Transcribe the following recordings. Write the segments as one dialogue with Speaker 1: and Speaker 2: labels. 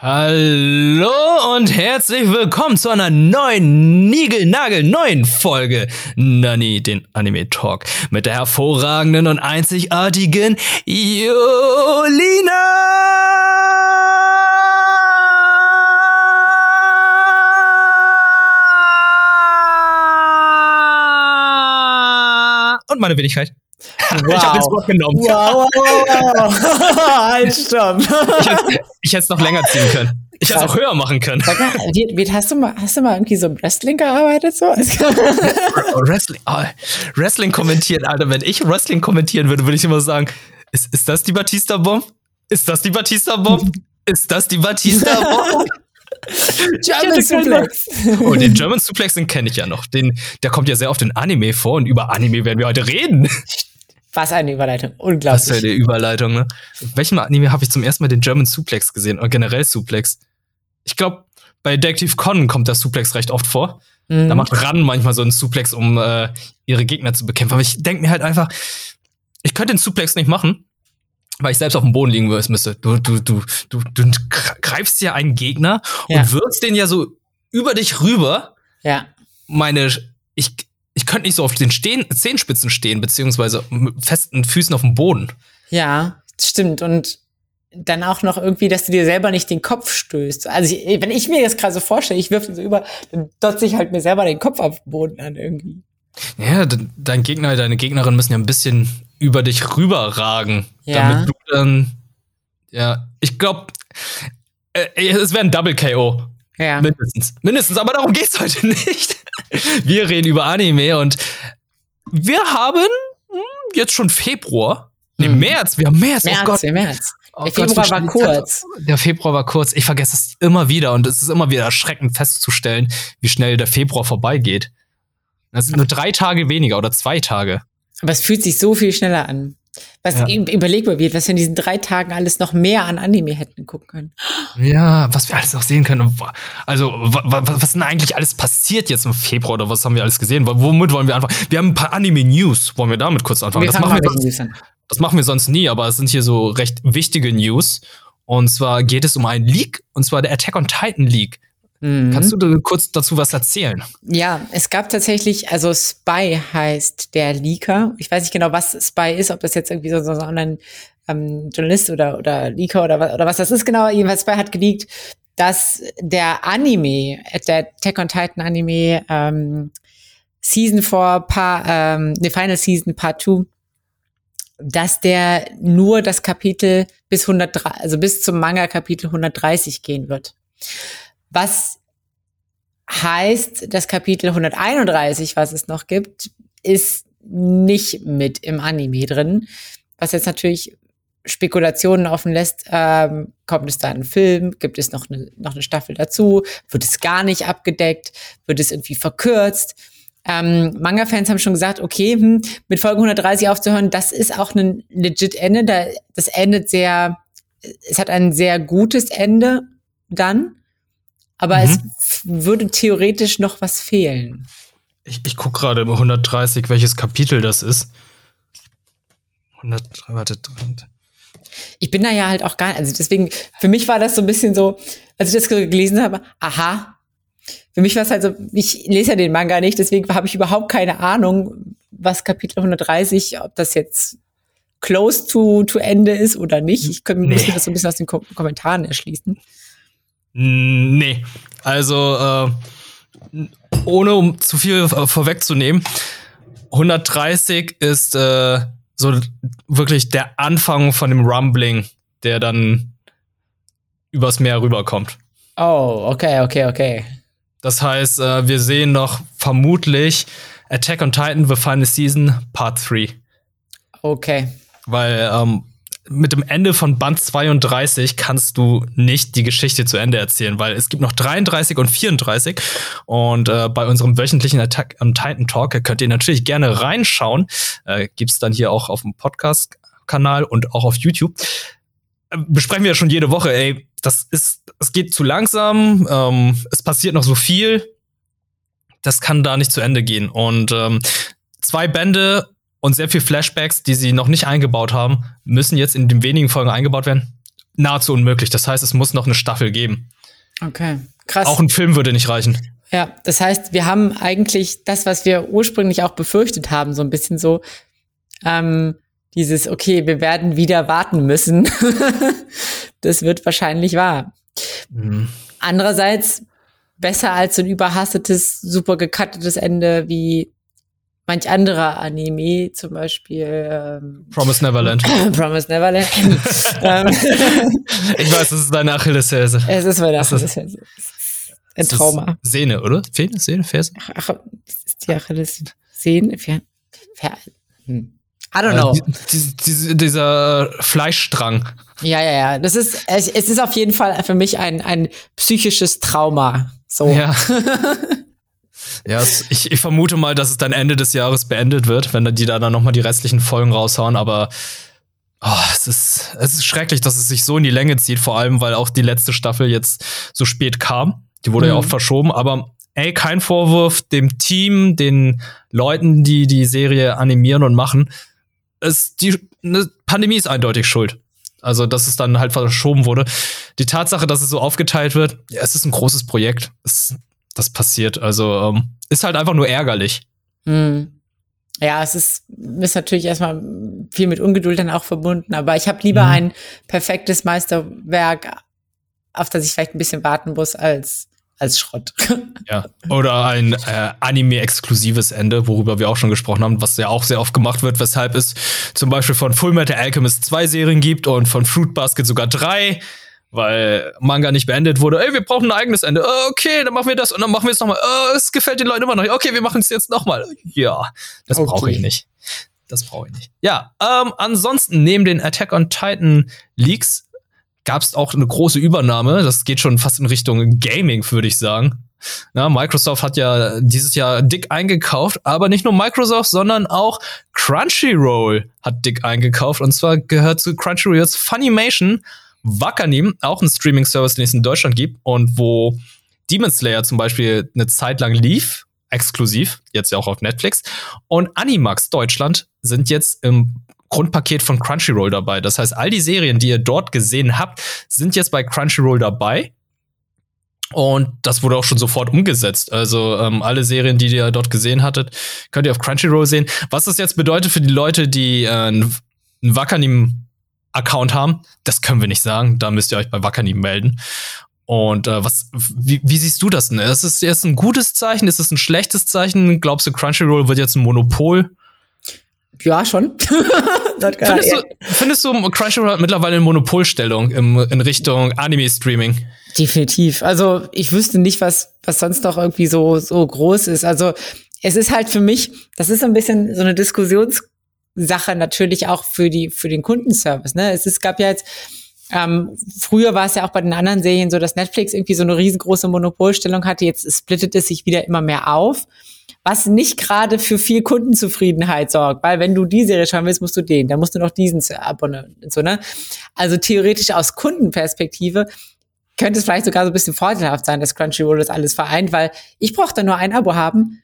Speaker 1: Hallo und herzlich willkommen zu einer neuen, niegelnagelneuen Folge Nani, den Anime Talk mit der hervorragenden und einzigartigen Jolina! Und meine Wenigkeit.
Speaker 2: Wow.
Speaker 1: Ich habe das Wort genommen.
Speaker 2: Wow. Halt, stopp.
Speaker 1: Ich hätte es noch länger ziehen können. Ich hätte es auch höher machen können.
Speaker 2: Hast du mal irgendwie so im Wrestling gearbeitet? So?
Speaker 1: Wrestling kommentieren, Alter. Wenn ich Wrestling kommentieren würde ich immer sagen, ist das die Batista-Bomb? Ist das die Batista-Bomb? Ist das die Batista-Bomb?
Speaker 2: German Suplex.
Speaker 1: Oh, den German Suplex, den kenne ich ja noch. Der kommt ja sehr oft in Anime vor und über Anime werden wir heute reden.
Speaker 2: Was eine Überleitung. Unglaublich.
Speaker 1: Was für eine Überleitung, ne? In welchem Anime habe ich zum ersten Mal den German Suplex gesehen? Oder generell Suplex? Ich glaube, bei Detective Conan kommt der Suplex recht oft vor. Mhm. Da macht Ran manchmal so einen Suplex, um ihre Gegner zu bekämpfen. Aber ich denke mir halt einfach, ich könnte den Suplex nicht machen, weil ich selbst auf dem Boden liegen müsste. Du greifst ja einen Gegner und wirfst den ja so über dich rüber.
Speaker 2: Ja.
Speaker 1: Ich könnte nicht so auf den Zehenspitzen stehen, beziehungsweise mit festen Füßen auf dem Boden.
Speaker 2: Ja, stimmt. Und dann auch noch irgendwie, dass du dir selber nicht den Kopf stößt. Also wenn ich mir das gerade so vorstelle, ich wirf den so über, dann dotze ich halt mir selber den Kopf auf den Boden an irgendwie.
Speaker 1: Ja, dein Gegner, deine Gegnerin müssen ja ein bisschen über dich rüberragen, damit du dann, ich glaube, es wäre ein Double KO.
Speaker 2: Ja.
Speaker 1: Mindestens, aber darum geht's heute nicht. Wir reden über Anime und wir haben jetzt schon Februar. März. Wir haben März.
Speaker 2: Oh Gott. März.
Speaker 1: Oh
Speaker 2: der Februar war kurz.
Speaker 1: Der Februar war kurz. Ich vergesse es immer wieder und es ist immer wieder erschreckend festzustellen, wie schnell der Februar vorbeigeht. Das sind nur 3 Tage weniger oder 2 Tage.
Speaker 2: Aber es fühlt sich so viel schneller an. Überlegbar wird, was wir in diesen 3 Tagen alles noch mehr an Anime hätten gucken können.
Speaker 1: Ja, was wir alles noch sehen können. Also, was denn eigentlich alles passiert jetzt im Februar oder was haben wir alles gesehen? Womit wollen wir anfangen? Wir haben ein paar Anime-News. Wollen wir damit kurz anfangen? Das machen wir sonst nie, aber es sind hier so recht wichtige News. Und zwar geht es um einen Leak, und zwar der Attack on Titan Leak. Kannst du kurz dazu was erzählen?
Speaker 2: Ja, es gab tatsächlich, also Spy heißt der Leaker. Ich weiß nicht genau, was Spy ist, ob das jetzt irgendwie so ein Online-Journalist oder Leaker oder was das ist genau. Jedenfalls Spy hat geleakt, dass der Anime, der Attack on Titan Anime Final Season Part 2, dass der nur das Kapitel bis zum Manga-Kapitel 130 gehen wird. Was heißt, das Kapitel 131, was es noch gibt, ist nicht mit im Anime drin. Was jetzt natürlich Spekulationen offen lässt. Kommt es da ein Film? Gibt es noch eine Staffel dazu? Wird es gar nicht abgedeckt? Wird es irgendwie verkürzt? Manga-Fans haben schon gesagt, okay, mit Folge 130 aufzuhören, das ist auch ein legit Ende. Das endet es hat ein sehr gutes Ende dann. Aber es würde theoretisch noch was fehlen.
Speaker 1: Ich gucke gerade im 130, welches Kapitel das ist. 103.
Speaker 2: Ich bin da ja halt auch gar nicht, also deswegen, für mich war das so ein bisschen so, als ich das gelesen habe, aha. Für mich war es halt so, ich lese ja den Manga nicht, deswegen habe ich überhaupt keine Ahnung, was Kapitel 130, ob das jetzt close to Ende ist oder nicht. Ich könnte mir das so ein bisschen aus den Kommentaren erschließen.
Speaker 1: Nee, also ohne zu viel vorwegzunehmen, 130 ist so wirklich der Anfang von dem Rumbling, der dann übers Meer rüberkommt.
Speaker 2: Oh, okay.
Speaker 1: Das heißt, wir sehen noch vermutlich Attack on Titan The Final Season Part 3.
Speaker 2: Okay.
Speaker 1: Weil mit dem Ende von Band 32 kannst du nicht die Geschichte zu Ende erzählen, weil es gibt noch 33 und 34 und bei unserem wöchentlichen Attack on Titan Talk könnt ihr natürlich gerne reinschauen. Gibt's dann hier auch auf dem Podcast-Kanal und auch auf YouTube. Besprechen wir ja schon jede Woche, es geht zu langsam, es passiert noch so viel, das kann da nicht zu Ende gehen. Und 2 Bände und sehr viel Flashbacks, die sie noch nicht eingebaut haben, müssen jetzt in den wenigen Folgen eingebaut werden. nahezu unmöglich. Das heißt, es muss noch eine Staffel geben.
Speaker 2: Okay, krass.
Speaker 1: Auch ein Film würde nicht reichen.
Speaker 2: Ja, das heißt, wir haben eigentlich das, was wir ursprünglich auch befürchtet haben, so ein bisschen so dieses, okay, wir werden wieder warten müssen. Das wird wahrscheinlich wahr.
Speaker 1: Mhm.
Speaker 2: Andererseits besser als so ein überhastetes, super gecuttetes Ende wie manch anderer Anime, zum Beispiel
Speaker 1: Promised Neverland.
Speaker 2: Promised Neverland.
Speaker 1: Ich weiß, das ist deine Achillesferse.
Speaker 2: Es ist meine Achillesferse. Ein Trauma.
Speaker 1: Sehne, oder? Sehne, Ferse?
Speaker 2: Ach, das ist die Achillessehne. I don't know.
Speaker 1: Dieser Fleischstrang.
Speaker 2: Ja. Es ist auf jeden Fall für mich ein psychisches Trauma. So.
Speaker 1: Ja. Ja, ich vermute mal, dass es dann Ende des Jahres beendet wird, wenn die da dann noch mal die restlichen Folgen raushauen. Aber es ist schrecklich, dass es sich so in die Länge zieht. Vor allem, weil auch die letzte Staffel jetzt so spät kam. Die wurde ja auch verschoben. Aber kein Vorwurf dem Team, den Leuten, die die Serie animieren und machen. Eine Pandemie ist eindeutig schuld. Also, dass es dann halt verschoben wurde. Die Tatsache, dass es so aufgeteilt wird, ja, es ist ein großes Projekt. Das passiert. Also, ist halt einfach nur ärgerlich.
Speaker 2: Ja, es ist natürlich erstmal viel mit Ungeduld dann auch verbunden. Aber ich habe lieber ein perfektes Meisterwerk, auf das ich vielleicht ein bisschen warten muss, als Schrott.
Speaker 1: Ja, oder ein Anime-exklusives Ende, worüber wir auch schon gesprochen haben, was ja auch sehr oft gemacht wird, weshalb es zum Beispiel von Fullmetal Alchemist 2 Serien gibt und von Fruit Basket sogar 3, weil Manga nicht beendet wurde. Wir brauchen ein eigenes Ende. Okay, dann machen wir das und dann machen wir es nochmal. Es gefällt den Leuten immer noch. Okay, wir machen es jetzt nochmal. Ja, das brauche ich nicht. Ja, ansonsten neben den Attack on Titan Leaks gab es auch eine große Übernahme. Das geht schon fast in Richtung Gaming, würde ich sagen. Na, Microsoft hat ja dieses Jahr dick eingekauft, aber nicht nur Microsoft, sondern auch Crunchyroll hat dick eingekauft. Und zwar gehört zu Crunchyroll jetzt Funimation, Wakanim, auch ein Streaming-Service, den es in Deutschland gibt und wo Demon Slayer zum Beispiel eine Zeit lang lief, exklusiv, jetzt ja auch auf Netflix. Und Animax Deutschland sind jetzt im Grundpaket von Crunchyroll dabei. Das heißt, all die Serien, die ihr dort gesehen habt, sind jetzt bei Crunchyroll dabei. Und das wurde auch schon sofort umgesetzt. Also alle Serien, die ihr dort gesehen hattet, könnt ihr auf Crunchyroll sehen. Was das jetzt bedeutet für die Leute, die einen Wakanim-Account haben, das können wir nicht sagen. Da müsst ihr euch bei Wakanim melden. Und wie siehst du das denn? Ist es jetzt ein gutes Zeichen? Ist es ein schlechtes Zeichen? Glaubst du, Crunchyroll wird jetzt ein Monopol?
Speaker 2: Ja, schon.
Speaker 1: Findest du, Crunchyroll hat mittlerweile eine Monopolstellung in Richtung Anime-Streaming?
Speaker 2: Definitiv. Also ich wüsste nicht, was sonst noch irgendwie so groß ist. Also es ist halt für mich, das ist so ein bisschen so eine Diskussionssache natürlich auch für den Kundenservice. Ne? Gab ja jetzt früher war es ja auch bei den anderen Serien so, dass Netflix irgendwie so eine riesengroße Monopolstellung hatte. Jetzt splittet es sich wieder immer mehr auf. Was nicht gerade für viel Kundenzufriedenheit sorgt, weil wenn du die Serie schauen willst, musst du den, dann musst du noch diesen abonnieren und so, ne? Also theoretisch aus Kundenperspektive könnte es vielleicht sogar so ein bisschen vorteilhaft sein, dass Crunchyroll das alles vereint, weil ich brauche dann nur ein Abo haben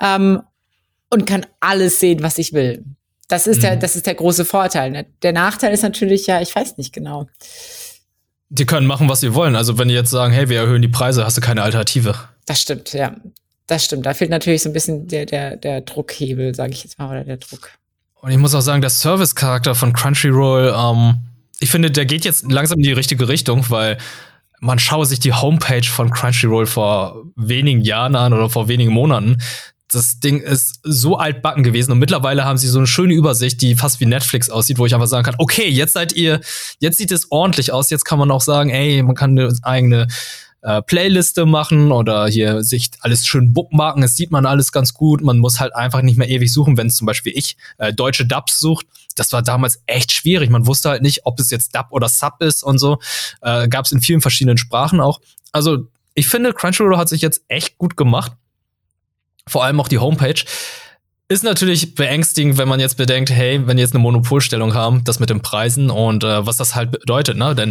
Speaker 2: und kann alles sehen, was ich will. Das ist der große Vorteil. Ne? Der Nachteil ist natürlich ja, ich weiß nicht genau.
Speaker 1: Die können machen, was sie wollen. Also wenn die jetzt sagen, hey, wir erhöhen die Preise, hast du keine Alternative.
Speaker 2: Das stimmt, ja. Das stimmt, da fehlt natürlich so ein bisschen der Druckhebel, sage ich jetzt mal, oder der Druck.
Speaker 1: Und ich muss auch sagen, der Service-Charakter von Crunchyroll, ich finde, der geht jetzt langsam in die richtige Richtung, weil man schaue sich die Homepage von Crunchyroll vor wenigen Jahren an oder vor wenigen Monaten. Das Ding ist so altbacken gewesen und mittlerweile haben sie so eine schöne Übersicht, die fast wie Netflix aussieht, wo ich einfach sagen kann, okay, jetzt sieht es ordentlich aus, jetzt kann man auch sagen, ey, man kann eine eigene Playliste machen oder hier sich alles schön bookmarken, es sieht man alles ganz gut, man muss halt einfach nicht mehr ewig suchen, wenn es zum Beispiel deutsche Dubs sucht, das war damals echt schwierig, man wusste halt nicht, ob es jetzt Dub oder Sub ist und so, gab es in vielen verschiedenen Sprachen auch, also ich finde, Crunchyroll hat sich jetzt echt gut gemacht, vor allem auch die Homepage. Ist natürlich beängstigend, wenn man jetzt bedenkt, hey, wenn die jetzt eine Monopolstellung haben, das mit den Preisen und was das halt bedeutet, ne? Denn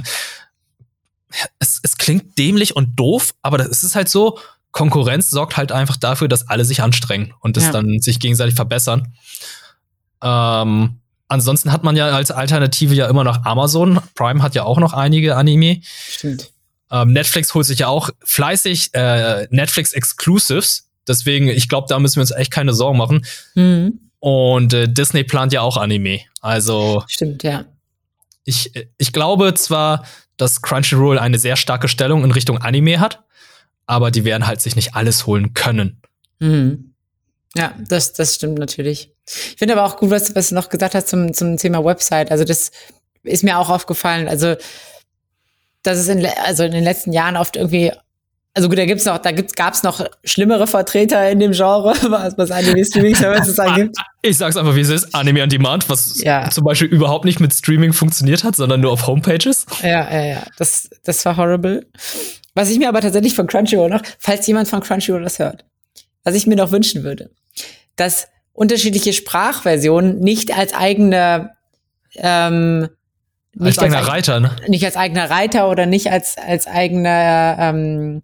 Speaker 1: es klingt dämlich und doof, aber es ist halt so, Konkurrenz sorgt halt einfach dafür, dass alle sich anstrengen und es dann sich gegenseitig verbessern. ansonsten hat man ja als Alternative ja immer noch Amazon. Prime hat ja auch noch einige Anime.
Speaker 2: Stimmt.
Speaker 1: Netflix holt sich ja auch fleißig Netflix-Exclusives. Deswegen, ich glaube, da müssen wir uns echt keine Sorgen machen.
Speaker 2: Mhm.
Speaker 1: Und Disney plant ja auch Anime. Also
Speaker 2: Stimmt, ja.
Speaker 1: ich glaube zwar, dass Crunchyroll eine sehr starke Stellung in Richtung Anime hat, aber die werden halt sich nicht alles holen können.
Speaker 2: Mhm. Ja, das stimmt natürlich. Ich finde aber auch gut, was du noch gesagt hast zum Thema Website. Also das ist mir auch aufgefallen. Also dass es in den letzten Jahren oft irgendwie, also gut, gab's noch schlimmere Vertreter in dem Genre, was Anime-Streaming-Services angibt.
Speaker 1: Ich sag's einfach, wie es ist. Anime on Demand, was zum Beispiel überhaupt nicht mit Streaming funktioniert hat, sondern nur auf Homepages.
Speaker 2: Ja. Das war horrible. Was ich mir aber tatsächlich von Crunchyroll noch, falls jemand von Crunchyroll das hört, was ich mir noch wünschen würde, dass unterschiedliche Sprachversionen nicht als eigene
Speaker 1: Als eigener Reiter, ne?
Speaker 2: Nicht als eigener Reiter oder nicht als eigener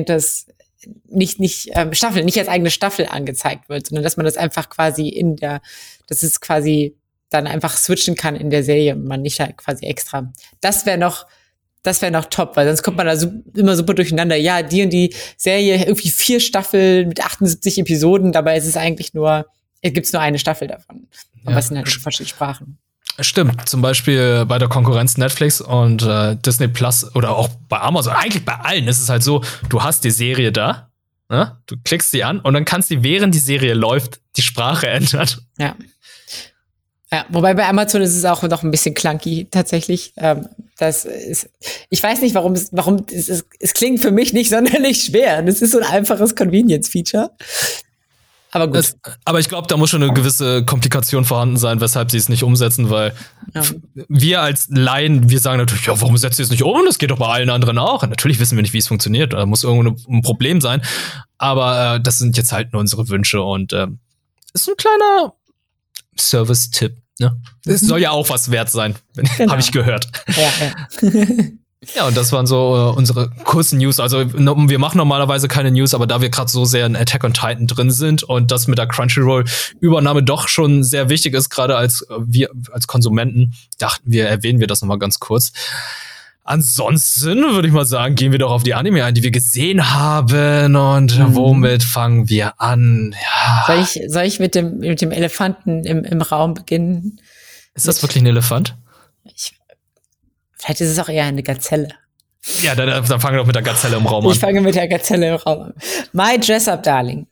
Speaker 2: Staffel, nicht als eigene Staffel angezeigt wird, sondern dass man das einfach quasi dass es quasi dann einfach switchen kann in der Serie und man nicht halt quasi extra. Das wäre noch top, weil sonst kommt man da immer super durcheinander. Ja, die und die Serie, irgendwie 4 Staffeln mit 78 Episoden, dabei ist es eigentlich gibt's nur eine Staffel davon. Aber es sind halt verschiedene Sprachen.
Speaker 1: Stimmt, zum Beispiel bei der Konkurrenz Netflix und Disney Plus oder auch bei Amazon, eigentlich bei allen ist es halt so, du hast die Serie da, ne? Du klickst sie an und dann kannst du, während die Serie läuft, die Sprache ändern.
Speaker 2: Ja. Ja, wobei bei Amazon ist es auch noch ein bisschen clunky tatsächlich. Ich weiß nicht, warum es klingt für mich nicht sonderlich schwer. Das ist so ein einfaches Convenience-Feature. Aber gut.
Speaker 1: Aber ich glaube, da muss schon eine gewisse Komplikation vorhanden sein, weshalb sie es nicht umsetzen, weil wir als Laien, wir sagen natürlich, ja, warum setzt ihr es nicht um? Das geht doch bei allen anderen auch. Und natürlich wissen wir nicht, wie es funktioniert. Da muss irgendwo ein Problem sein. Aber das sind jetzt halt nur unsere Wünsche und ist ein kleiner Service-Tipp. Ne? Es soll ja auch was wert sein, genau. Habe ich gehört.
Speaker 2: Ja.
Speaker 1: Ja, und das waren so unsere kurzen News. Also wir machen normalerweise keine News, aber da wir gerade so sehr in Attack on Titan drin sind und das mit der Crunchyroll-Übernahme doch schon sehr wichtig ist, gerade als wir als Konsumenten, dachten wir, erwähnen wir das nochmal ganz kurz. Ansonsten würde ich mal sagen, gehen wir doch auf die Anime ein, die wir gesehen haben. Und womit fangen wir an? Ja.
Speaker 2: Soll ich mit dem Elefanten im Raum beginnen?
Speaker 1: Ist das wirklich ein Elefant?
Speaker 2: Vielleicht ist es auch eher eine Gazelle.
Speaker 1: Ja, dann fangen wir doch mit der Gazelle im Raum an.
Speaker 2: Ich fange mit der Gazelle im Raum an. My Dress-Up Darling.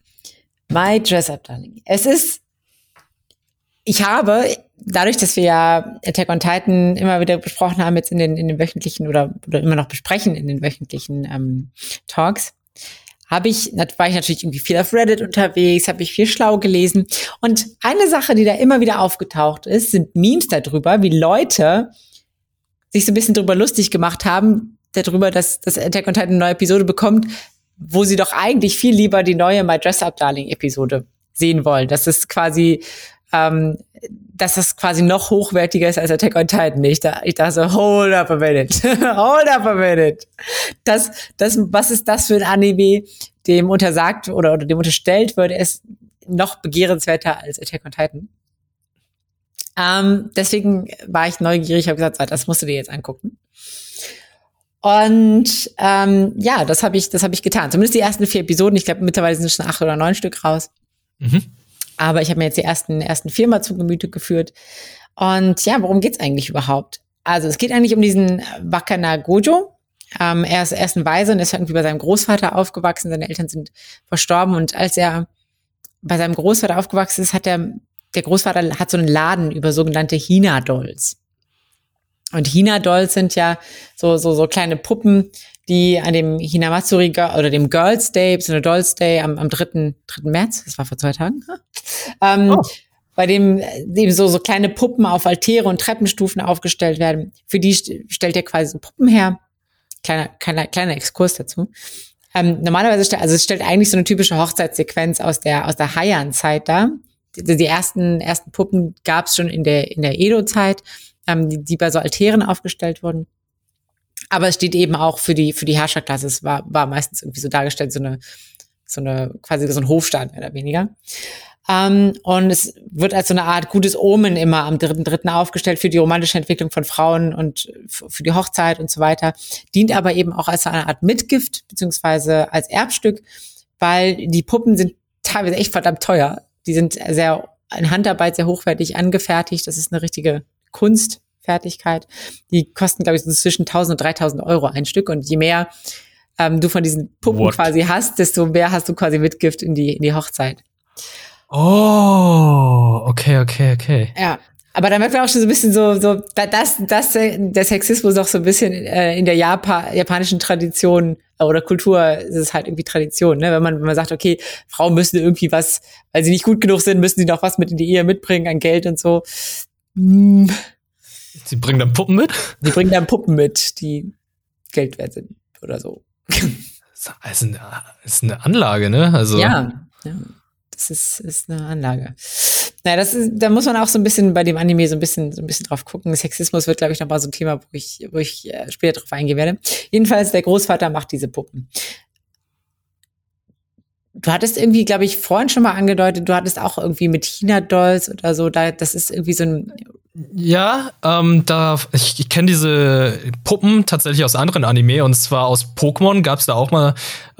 Speaker 2: Ich habe, dadurch, dass wir ja Attack on Titan immer wieder besprochen haben, jetzt in den wöchentlichen oder immer noch besprechen in den wöchentlichen Talks, war ich natürlich irgendwie viel auf Reddit unterwegs, habe ich viel schlau gelesen. Und eine Sache, die da immer wieder aufgetaucht ist, sind Memes darüber, wie Leute sich so ein bisschen drüber lustig gemacht haben, darüber, dass Attack on Titan eine neue Episode bekommt, wo sie doch eigentlich viel lieber die neue My Dress-Up Darling Episode sehen wollen. Dass das quasi noch hochwertiger ist als Attack on Titan. Ich dachte so, hold up a minute. Was ist das für ein Anime, dem untersagt oder dem unterstellt wird, er ist noch begehrenswerter als Attack on Titan. Deswegen war ich neugierig, habe gesagt, das musst du dir jetzt angucken. Und das habe ich getan. Zumindest die ersten 4 Episoden. Ich glaube, mittlerweile sind schon 8 oder 9 Stück raus. Mhm. Aber ich habe mir jetzt die ersten 4 mal zu Gemüte geführt. Und ja, worum geht's eigentlich überhaupt? Also es geht eigentlich um diesen Wakana Gojo. Er ist ein Waise und ist irgendwie bei seinem Großvater aufgewachsen. Seine Eltern sind verstorben. Und als er bei seinem Großvater aufgewachsen ist, der Großvater hat so einen Laden über sogenannte Hina-Dolls. Und Hina-Dolls sind ja so kleine Puppen, die an dem Hinamatsuri oder dem Girls Day, so eine Dolls Day am 3. März, das war vor 2 Tagen, bei dem eben so kleine Puppen auf Altäre und Treppenstufen aufgestellt werden. Für die stellt er quasi so Puppen her. Kleiner Exkurs dazu. Normalerweise es stellt eigentlich so eine typische Hochzeitssequenz aus der Heian-Zeit dar. Die ersten Puppen gab es schon in der Edo-Zeit, die bei so Altären aufgestellt wurden. Aber es steht eben auch für die Herrscherklasse. Es war meistens irgendwie so dargestellt, so quasi so ein Hofstaat mehr oder weniger. Und es wird als so eine Art gutes Omen immer am 3.3. aufgestellt für die romantische Entwicklung von Frauen und für die Hochzeit und so weiter. Dient aber eben auch als eine Art Mitgift beziehungsweise als Erbstück, weil die Puppen sind teilweise echt verdammt teuer. Die sind sehr in Handarbeit sehr hochwertig angefertigt. Das ist eine richtige Kunstfertigkeit. Die kosten, glaube ich, so zwischen 1.000 und 3.000 Euro ein Stück. Und je mehr du von diesen Puppen quasi hast, desto mehr hast du quasi Mitgift in die Hochzeit.
Speaker 1: Oh, okay.
Speaker 2: Ja, aber dann wird man auch schon so ein bisschen dass der Sexismus auch so ein bisschen in der japanischen Tradition oder Kultur ist es halt irgendwie Tradition, ne? Wenn man sagt, okay, Frauen müssen irgendwie was, weil sie nicht gut genug sind, müssen sie noch was mit in die Ehe mitbringen an Geld und so.
Speaker 1: Sie bringen dann Puppen mit?
Speaker 2: Sie bringen dann Puppen mit, die Geld wert sind oder so.
Speaker 1: Das ist eine Anlage, ne? Also
Speaker 2: ja. Das ist eine Anlage. Naja, da muss man auch so ein bisschen bei dem Anime so ein bisschen drauf gucken. Sexismus wird, glaube ich, noch mal so ein Thema, wo ich später drauf eingehen werde. Jedenfalls, der Großvater macht diese Puppen. Du hattest irgendwie, glaube ich, vorhin schon mal angedeutet, du hattest auch irgendwie mit Hina-Dolls oder so, das ist irgendwie so ein...
Speaker 1: Ja, ich kenne diese Puppen tatsächlich aus anderen Anime, und zwar aus Pokémon gab es da auch mal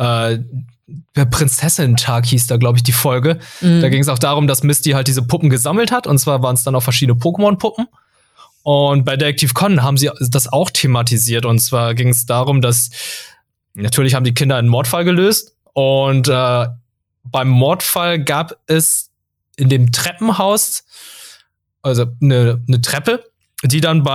Speaker 1: Prinzessin-Tag hieß da, glaube ich, die Folge. Da ging es auch darum, dass Misty halt diese Puppen gesammelt hat, und zwar waren es dann auch verschiedene Pokémon-Puppen. Und bei Detective Conan haben sie das auch thematisiert, und zwar ging es darum, dass natürlich haben die Kinder einen Mordfall gelöst, und beim Mordfall gab es in dem Treppenhaus also eine Treppe, die dann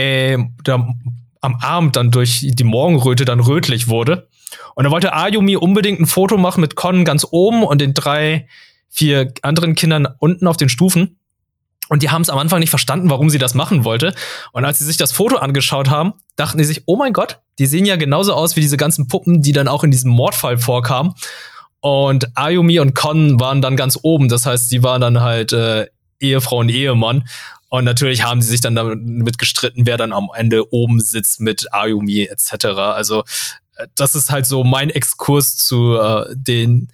Speaker 1: am Abend dann durch die Morgenröte dann rötlich wurde. Und da wollte Ayumi unbedingt ein Foto machen mit Con ganz oben und den 3, 4 anderen Kindern unten auf den Stufen. Und die haben es am Anfang nicht verstanden, warum sie das machen wollte. Und als sie sich das Foto angeschaut haben, dachten die sich, oh mein Gott, die sehen ja genauso aus wie diese ganzen Puppen, die dann auch in diesem Mordfall vorkamen. Und Ayumi und Con waren dann ganz oben. Das heißt, sie waren dann halt Ehefrau und Ehemann. Und natürlich haben sie sich dann damit gestritten, wer dann am Ende oben sitzt mit Ayumi etc. Also das ist halt so mein Exkurs zu den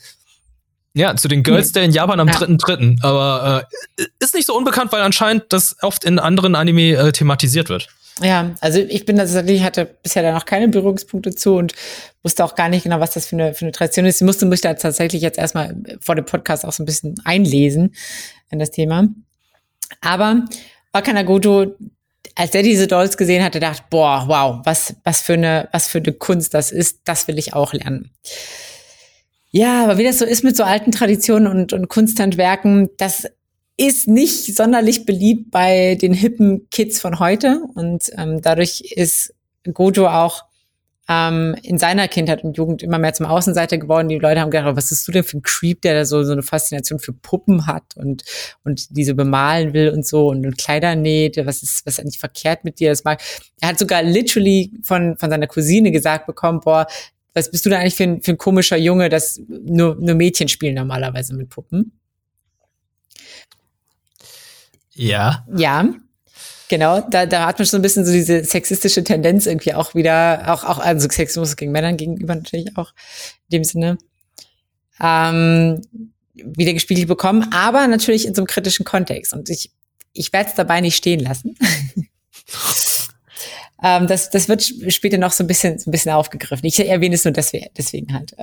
Speaker 1: Girls Day in Japan am 3.3. Aber ist nicht so unbekannt, weil anscheinend das oft in anderen Anime thematisiert wird.
Speaker 2: Ja, also ich hatte bisher da noch keine Berührungspunkte zu und wusste auch gar nicht genau, was das für eine Tradition ist. Ich musste mich da tatsächlich jetzt erstmal vor dem Podcast auch so ein bisschen einlesen in das Thema. Aber Wakanagoto, als er diese Dolls gesehen hatte, dachte, boah, wow, was für eine Kunst das ist, das will ich auch lernen. Ja, aber wie das so ist mit so alten Traditionen und Kunsthandwerken, das ist nicht sonderlich beliebt bei den hippen Kids von heute. Und dadurch ist Gojo auch in seiner Kindheit und Jugend immer mehr zum Außenseiter geworden. Die Leute haben gedacht, was bist du denn für ein Creep, der da so eine Faszination für Puppen hat und diese bemalen will und so und Kleider näht. Was ist eigentlich verkehrt mit dir? Er hat sogar literally von seiner Cousine gesagt bekommen, boah, was bist du da eigentlich für ein komischer Junge, dass nur Mädchen spielen normalerweise mit Puppen?
Speaker 1: Ja.
Speaker 2: Ja, genau. Da hat man schon ein bisschen so diese sexistische Tendenz irgendwie auch wieder, auch also Sexismus gegen Männern gegenüber natürlich auch in dem Sinne, wieder gespiegelt bekommen, aber natürlich in so einem kritischen Kontext. Und ich werde es dabei nicht stehen lassen. Das wird später noch so ein bisschen aufgegriffen. Ich erwähne es nur deswegen halt.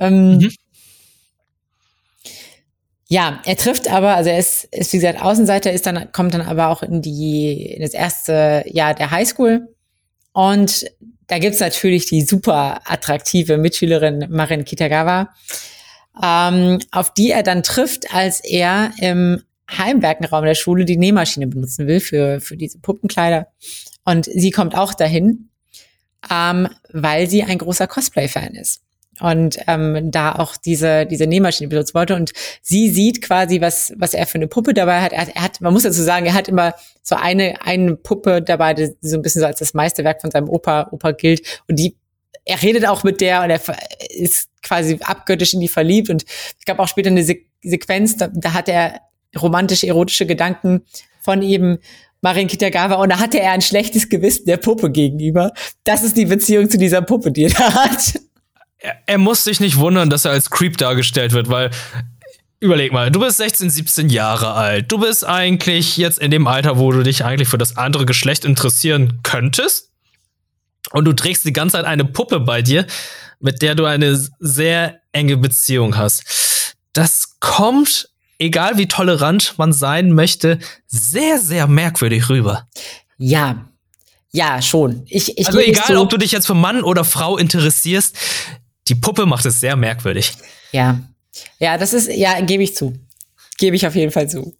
Speaker 2: Ja, er trifft aber, also er ist wie gesagt Außenseiter, kommt dann aber auch in das erste Jahr der Highschool. Und da gibt's natürlich die super attraktive Mitschülerin Marin Kitagawa, auf die er dann trifft, als er im Heimwerkenraum der Schule die Nähmaschine benutzen will für diese Puppenkleider. Und sie kommt auch dahin, weil sie ein großer Cosplay-Fan ist. Und da auch diese Nähmaschine benutzen wollte. Und sie sieht quasi, was er für eine Puppe dabei hat. Man muss dazu sagen, er hat immer so eine Puppe dabei, die so ein bisschen so als das Meisterwerk von seinem Opa gilt. Und er redet auch mit der und er ist quasi abgöttisch in die verliebt. Und ich glaube auch später eine Sequenz, da hat er romantische, erotische Gedanken von eben Marin Kitagawa und da hatte er ein schlechtes Gewissen der Puppe gegenüber. Das ist die Beziehung zu dieser Puppe, die er da hat.
Speaker 1: er muss sich nicht wundern, dass er als Creep dargestellt wird, weil überleg mal, du bist 16, 17 Jahre alt. Du bist eigentlich jetzt in dem Alter, wo du dich eigentlich für das andere Geschlecht interessieren könntest. Und du trägst die ganze Zeit eine Puppe bei dir, mit der du eine sehr enge Beziehung hast. Das kommt, egal wie tolerant man sein möchte, sehr, sehr merkwürdig rüber.
Speaker 2: Ja, schon.
Speaker 1: Also egal, ob du dich jetzt für Mann oder Frau interessierst, die Puppe macht es sehr merkwürdig.
Speaker 2: Ja, das ist, gebe ich zu. Gebe ich auf jeden Fall zu.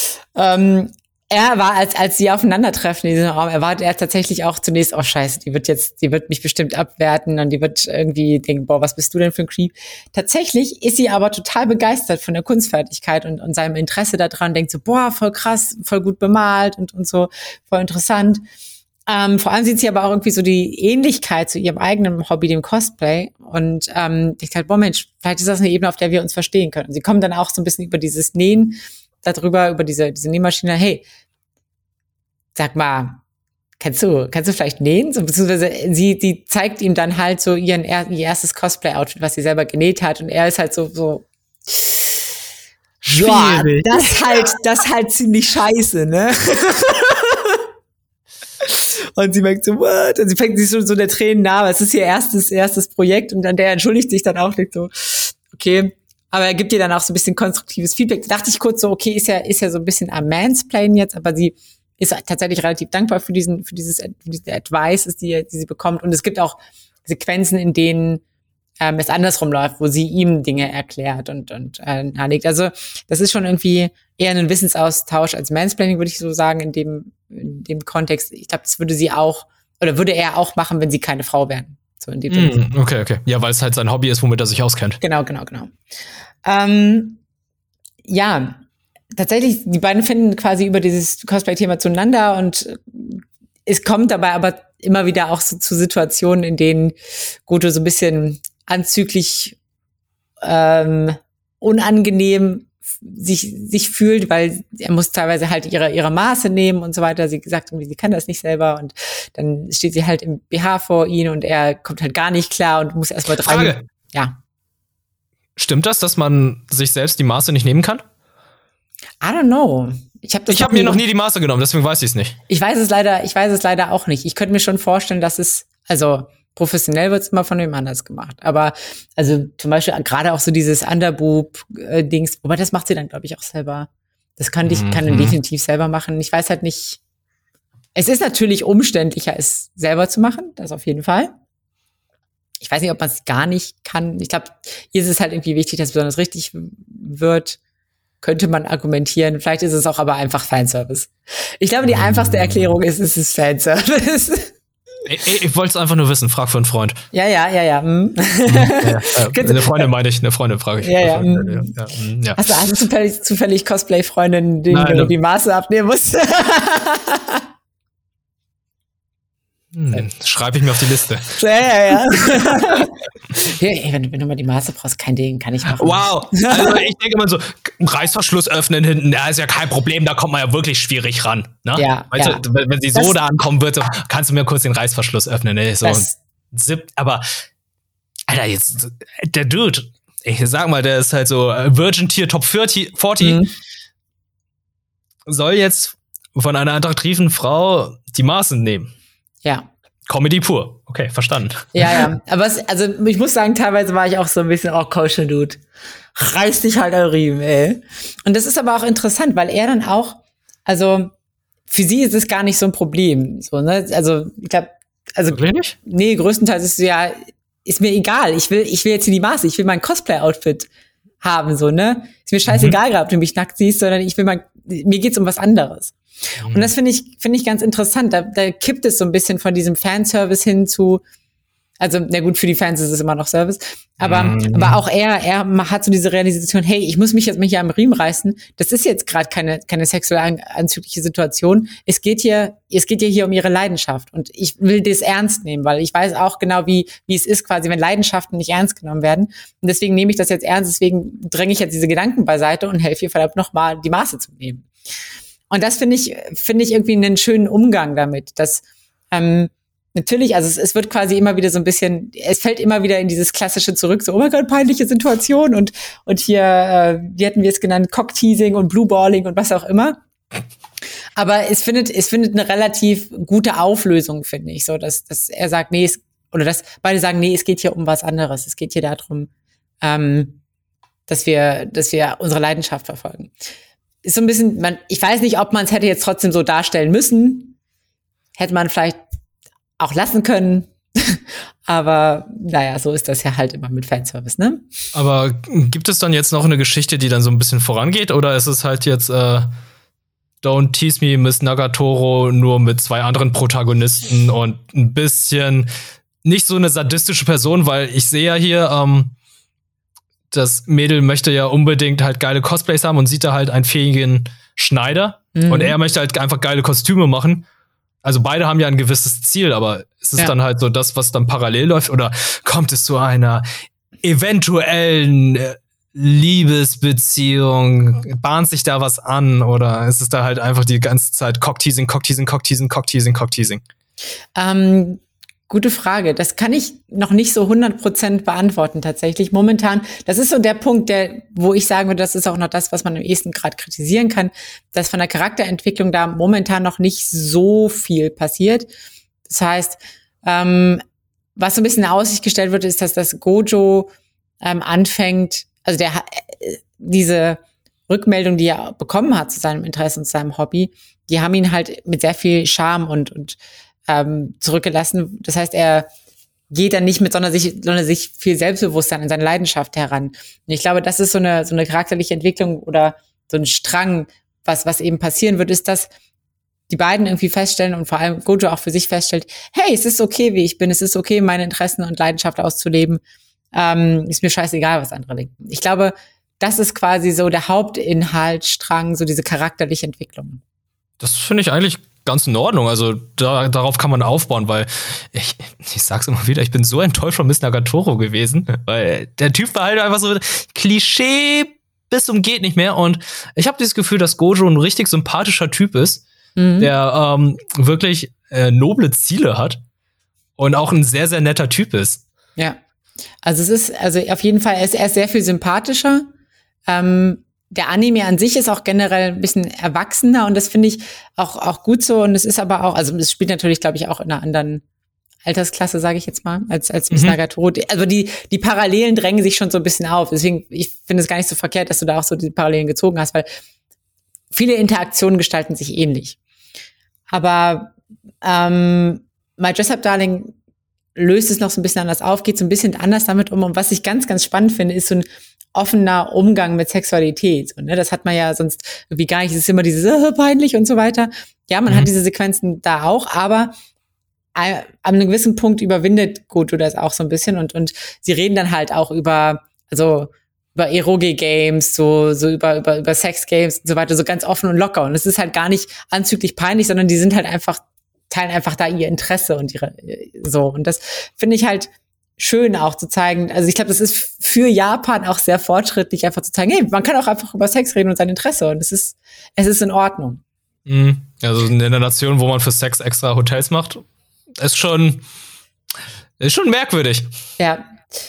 Speaker 2: Er war, als sie aufeinandertreffen in diesem Raum, er tatsächlich auch zunächst, oh scheiße, die wird mich bestimmt abwerten und die wird irgendwie denken, boah, was bist du denn für ein Creep? Tatsächlich ist sie aber total begeistert von der Kunstfertigkeit und seinem Interesse daran, denkt so, boah, voll krass, voll gut bemalt und so, voll interessant. Vor allem sieht sie aber auch irgendwie so die Ähnlichkeit zu ihrem eigenen Hobby, dem Cosplay. Und ich dachte, boah Mensch, vielleicht ist das eine Ebene, auf der wir uns verstehen können. Und sie kommen dann auch so ein bisschen über dieses Nähen, darüber, über diese Nähmaschine. Hey, sag mal, kannst du vielleicht nähen? So, beziehungsweise sie zeigt ihm dann halt so ihr erstes Cosplay-Outfit, was sie selber genäht hat. Und er ist halt so ja, das halt ziemlich scheiße, ne? Und sie merkt so, what? Und sie fängt sich so der Tränen nah, aber es ist ihr erstes Projekt und dann der entschuldigt sich dann auch nicht so, okay. Aber er gibt ihr dann auch so ein bisschen konstruktives Feedback. Da dachte ich kurz so, okay, ist ja so ein bisschen am Mansplain jetzt, aber sie ist tatsächlich relativ dankbar für diese Advice, die sie bekommt. Und es gibt auch Sequenzen, in denen es andersrum läuft, wo sie ihm Dinge erklärt und nahelegt. Also das ist schon irgendwie eher ein Wissensaustausch als Mansplaining, würde ich so sagen, in dem Kontext. Ich glaube, das würde er auch machen, wenn sie keine Frau wären. So in dem
Speaker 1: Okay. Ja, weil es halt sein Hobby ist, womit er sich auskennt.
Speaker 2: Genau. Ja, tatsächlich, die beiden finden quasi über dieses Cosplay-Thema zueinander und es kommt dabei aber immer wieder auch so zu Situationen, in denen Goto so ein bisschen anzüglich unangenehm sich fühlt, weil er muss teilweise halt ihre Maße nehmen und so weiter. Sie sagt irgendwie, sie kann das nicht selber und dann steht sie halt im BH vor ihn und er kommt halt gar nicht klar und muss erstmal
Speaker 1: Frage.
Speaker 2: Ja.
Speaker 1: Stimmt das, dass man sich selbst die Maße nicht nehmen kann?
Speaker 2: I don't know. Ich habe
Speaker 1: mir noch nie die Maße genommen, deswegen weiß ich es nicht.
Speaker 2: Ich weiß es leider auch nicht. Ich könnte mir schon vorstellen, dass professionell wird es immer von wem anders gemacht. Aber also zum Beispiel gerade auch so dieses Underboob-Dings, wobei das macht sie dann, glaube ich, auch selber. Das kann dann definitiv selber machen. Ich weiß halt nicht. Es ist natürlich umständlicher, es selber zu machen, das auf jeden Fall. Ich weiß nicht, ob man es gar nicht kann. Ich glaube, ihr ist es halt irgendwie wichtig, dass es besonders richtig wird. Könnte man argumentieren. Vielleicht ist es auch aber einfach Fanservice. Ich glaube, die einfachste Erklärung ist, es ist Fanservice.
Speaker 1: Ich wollte es einfach nur wissen. Frag für einen Freund.
Speaker 2: Ja.
Speaker 1: Eine Freundin meine ich. Eine Freundin frage ich.
Speaker 2: Ja. Hast du zufällig Cosplay-Freundin, denen du die Maße abnehmen musst?
Speaker 1: Schreibe ich mir auf die Liste.
Speaker 2: Ja. Hey, wenn du mal die Maße brauchst, kein Ding, kann ich machen.
Speaker 1: Wow. Also ich denke immer so, Reißverschluss öffnen hinten, ist ja kein Problem, da kommt man ja wirklich schwierig ran. Ne?
Speaker 2: Ja,
Speaker 1: weißt du, wenn sie so da ankommen wird, so, kannst du mir kurz den Reißverschluss öffnen. Ne? So, aber, Alter, jetzt, der Dude, ich sag mal, der ist halt so Virgin Tier Top 40, soll jetzt von einer attraktiven Frau die Maße nehmen.
Speaker 2: Ja.
Speaker 1: Comedy pur. Okay, verstanden.
Speaker 2: Ja. Aber ich muss sagen, teilweise war ich auch so ein bisschen, koscher Dude. Reiß dich halt am Riemen, ey. Und das ist aber auch interessant, weil er dann auch, also, für sie ist es gar nicht so ein Problem. So, ne? Also, ich glaube,
Speaker 1: Wirklich nicht?
Speaker 2: Nee, größtenteils ist mir egal. Ich will jetzt hier die Maße, ich will mein Cosplay-Outfit haben, so, ne? Ist mir scheißegal, gerade ob du mich nackt siehst, sondern mir geht's um was anderes. Und das finde ich ganz interessant. Da kippt es so ein bisschen von diesem Fanservice hin zu, also, na gut, für die Fans ist es immer noch Service. Aber auch er hat so diese Realisation, hey, ich muss mich jetzt mal hier am Riemen reißen. Das ist jetzt gerade keine sexuell anzügliche Situation. Es geht hier um ihre Leidenschaft. Und ich will das ernst nehmen, weil ich weiß auch genau, wie es ist quasi, wenn Leidenschaften nicht ernst genommen werden. Und deswegen nehme ich das jetzt ernst. Deswegen dränge ich jetzt diese Gedanken beiseite und helfe ihr verdammt nochmal, die Maße zu nehmen. Und das finde ich irgendwie einen schönen Umgang damit, dass, natürlich, also es wird quasi immer wieder so ein bisschen, es fällt immer wieder in dieses Klassische zurück, so, oh mein Gott, peinliche Situation und hier, wie hatten wir es genannt, Cockteasing und Blueballing und was auch immer. Aber es findet eine relativ gute Auflösung, finde ich, so, dass er sagt, nee, dass beide sagen, nee, es geht hier um was anderes. Es geht hier darum, dass wir unsere Leidenschaft verfolgen. Ist so ein bisschen, ich weiß nicht, ob man es hätte jetzt trotzdem so darstellen müssen. Hätte man vielleicht auch lassen können. Aber naja, so ist das ja halt immer mit Fanservice, ne?
Speaker 1: Aber gibt es dann jetzt noch eine Geschichte, die dann so ein bisschen vorangeht? Oder ist es halt jetzt Don't Tease Me, Miss Nagatoro nur mit 2 anderen Protagonisten und ein bisschen nicht so eine sadistische Person? Weil ich sehe ja hier, das Mädel möchte ja unbedingt halt geile Cosplays haben und sieht da halt einen fähigen Schneider. Und er möchte halt einfach geile Kostüme machen. Also beide haben ja ein gewisses Ziel, aber ist es dann halt so das, was dann parallel läuft? Oder kommt es zu einer eventuellen Liebesbeziehung? Bahnt sich da was an? Oder ist es da halt einfach die ganze Zeit Cockteasing, Cockteasing, Cockteasing, Cockteasing, Cockteasing?
Speaker 2: Gute Frage. Das kann ich noch nicht so 100% beantworten tatsächlich. Momentan, das ist so der Punkt, wo ich sagen würde, das ist auch noch das, was man am ehesten gerade kritisieren kann, dass von der Charakterentwicklung da momentan noch nicht so viel passiert. Das heißt, was so ein bisschen in Aussicht gestellt wird, ist, dass das Gojo anfängt, also diese Rückmeldung, die er bekommen hat zu seinem Interesse und zu seinem Hobby, die haben ihn halt mit sehr viel Charme und zurückgelassen. Das heißt, er geht dann nicht mit sondern sich viel Selbstbewusstsein an seine Leidenschaft heran. Und ich glaube, das ist so eine charakterliche Entwicklung oder so ein Strang, was eben passieren wird, ist, dass die beiden irgendwie feststellen und vor allem Gojo auch für sich feststellt, hey, es ist okay, wie ich bin, es ist okay, meine Interessen und Leidenschaft auszuleben. Ist mir scheißegal, was andere denken. Ich glaube, das ist quasi so der Hauptinhaltsstrang, so diese charakterliche Entwicklung.
Speaker 1: Das finde ich eigentlich ganz in Ordnung. Also darauf kann man aufbauen, weil ich sag's immer wieder, ich bin so enttäuscht von Miss Nagatoro gewesen, weil der Typ war halt einfach so Klischee bis zum geht nicht mehr. Und ich habe dieses Gefühl, dass Gojo ein richtig sympathischer Typ ist, der wirklich noble Ziele hat und auch ein sehr, sehr netter Typ ist.
Speaker 2: Ja, also auf jeden Fall, er ist sehr viel sympathischer. Der Anime an sich ist auch generell ein bisschen erwachsener und das finde ich auch gut so. Und es ist aber auch, also es spielt natürlich, glaube ich, auch in einer anderen Altersklasse, sage ich jetzt mal, als Miss Nagatoro. Also die Parallelen drängen sich schon so ein bisschen auf. Deswegen, ich finde es gar nicht so verkehrt, dass du da auch so die Parallelen gezogen hast, weil viele Interaktionen gestalten sich ähnlich. Aber My Dress Up Darling löst es noch so ein bisschen anders auf, geht so ein bisschen anders damit um. Und was ich ganz, ganz spannend finde, ist so ein offener Umgang mit Sexualität. Und das hat man ja sonst irgendwie gar nicht. Es ist immer dieses peinlich und so weiter. Ja, man hat diese Sequenzen da auch, aber an einem gewissen Punkt überwindet Gojo das auch so ein bisschen und sie reden dann halt auch über Eroge-Games, so über Sex-Games und so weiter, so ganz offen und locker. Und es ist halt gar nicht anzüglich peinlich, sondern die sind halt teilen einfach da ihr Interesse und so. Und das finde ich halt schön auch zu zeigen. Also ich glaube, das ist für Japan auch sehr fortschrittlich, einfach zu zeigen, hey, man kann auch einfach über Sex reden und sein Interesse. Und es ist in Ordnung.
Speaker 1: Also in einer Nation, wo man für Sex extra Hotels macht, ist schon merkwürdig.
Speaker 2: Ja.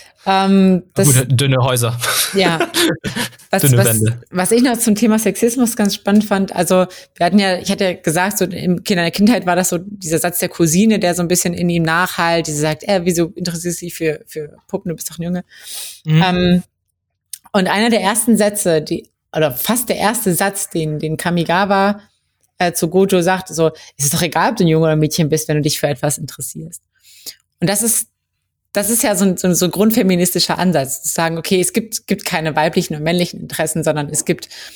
Speaker 1: Gut, dünne Häuser.
Speaker 2: Ja.
Speaker 1: Dünne Wände.
Speaker 2: Was ich noch zum Thema Sexismus ganz spannend fand, also ich hatte ja gesagt, so in der Kindheit war das so dieser Satz der Cousine, der so ein bisschen in ihm nachhalt, die sagt, wieso interessierst du dich für Puppen, du bist doch ein Junge. Und einer der ersten Sätze, oder fast der erste Satz, den Kamigawa zu Gojo sagt, so, es ist doch egal, ob du ein Junge oder ein Mädchen bist, wenn du dich für etwas interessierst. Und das ist ja so ein grundfeministischer Ansatz, zu sagen, okay, es gibt keine weiblichen und männlichen Interessen, sondern es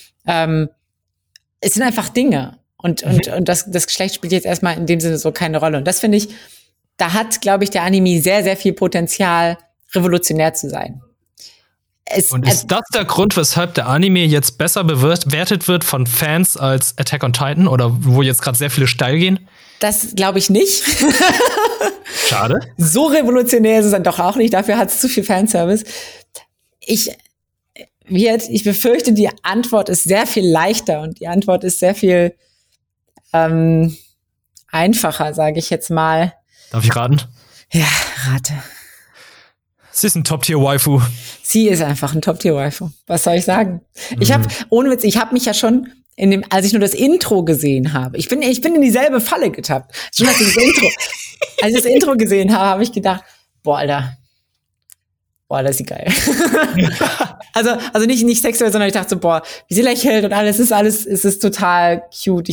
Speaker 2: sind einfach Dinge. Und das Geschlecht spielt jetzt erstmal in dem Sinne so keine Rolle. Und das finde ich, da hat, glaube ich, der Anime sehr, sehr viel Potenzial, revolutionär zu sein.
Speaker 1: Und ist das der Grund, weshalb der Anime jetzt besser bewertet wird von Fans als Attack on Titan oder wo jetzt gerade sehr viele steil gehen?
Speaker 2: Das glaube ich nicht.
Speaker 1: Schade.
Speaker 2: So revolutionär ist es dann doch auch nicht. Dafür hat es zu viel Fanservice. Ich befürchte, die Antwort ist sehr viel leichter und die Antwort ist sehr viel einfacher, sage ich jetzt mal.
Speaker 1: Darf ich raten?
Speaker 2: Ja, rate.
Speaker 1: Sie ist ein Top-Tier-Waifu.
Speaker 2: Sie ist einfach ein Top-Tier-Waifu. Was soll ich sagen? Ich habe, ohne Witz, ich habe mich ja schon als ich nur das Intro gesehen habe, ich bin in dieselbe Falle getappt. Schon als ich das Intro gesehen habe, habe ich gedacht, boah, Alter, das ist geil. also nicht sexuell, sondern ich dachte so, boah, wie sie lächelt und alles, es ist total cute.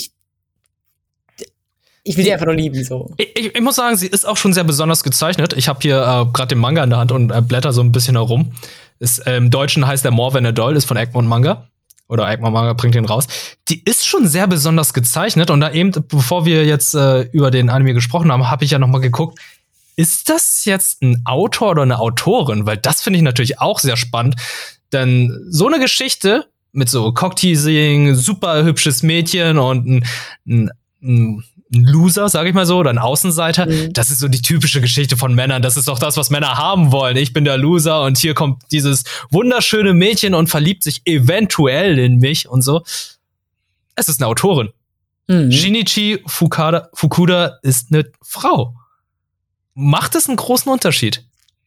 Speaker 2: Ich will sie einfach nur lieben, so.
Speaker 1: Ich muss sagen, sie ist auch schon sehr besonders gezeichnet. Ich habe hier gerade den Manga in der Hand und blätter so ein bisschen herum. Im Deutschen heißt der More Than a Doll, ist von Egmont Manga. Oder Egmont Manga bringt den raus. Die ist schon sehr besonders gezeichnet. Und da eben, bevor wir jetzt über den Anime gesprochen haben, habe ich ja noch mal geguckt, ist das jetzt ein Autor oder eine Autorin? Weil das finde ich natürlich auch sehr spannend. Denn so eine Geschichte mit so Cockteasing, super hübsches Mädchen und ein Loser, sag ich mal so, oder ein Außenseiter. Das ist so die typische Geschichte von Männern. Das ist doch das, was Männer haben wollen. Ich bin der Loser und hier kommt dieses wunderschöne Mädchen und verliebt sich eventuell in mich und so. Es ist eine Autorin. Shinichi Fukuda ist eine Frau. Macht es einen großen Unterschied?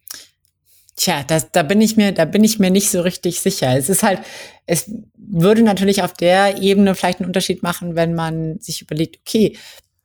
Speaker 2: Tja, da bin ich mir nicht so richtig sicher. Es würde natürlich auf der Ebene vielleicht einen Unterschied machen, wenn man sich überlegt, okay,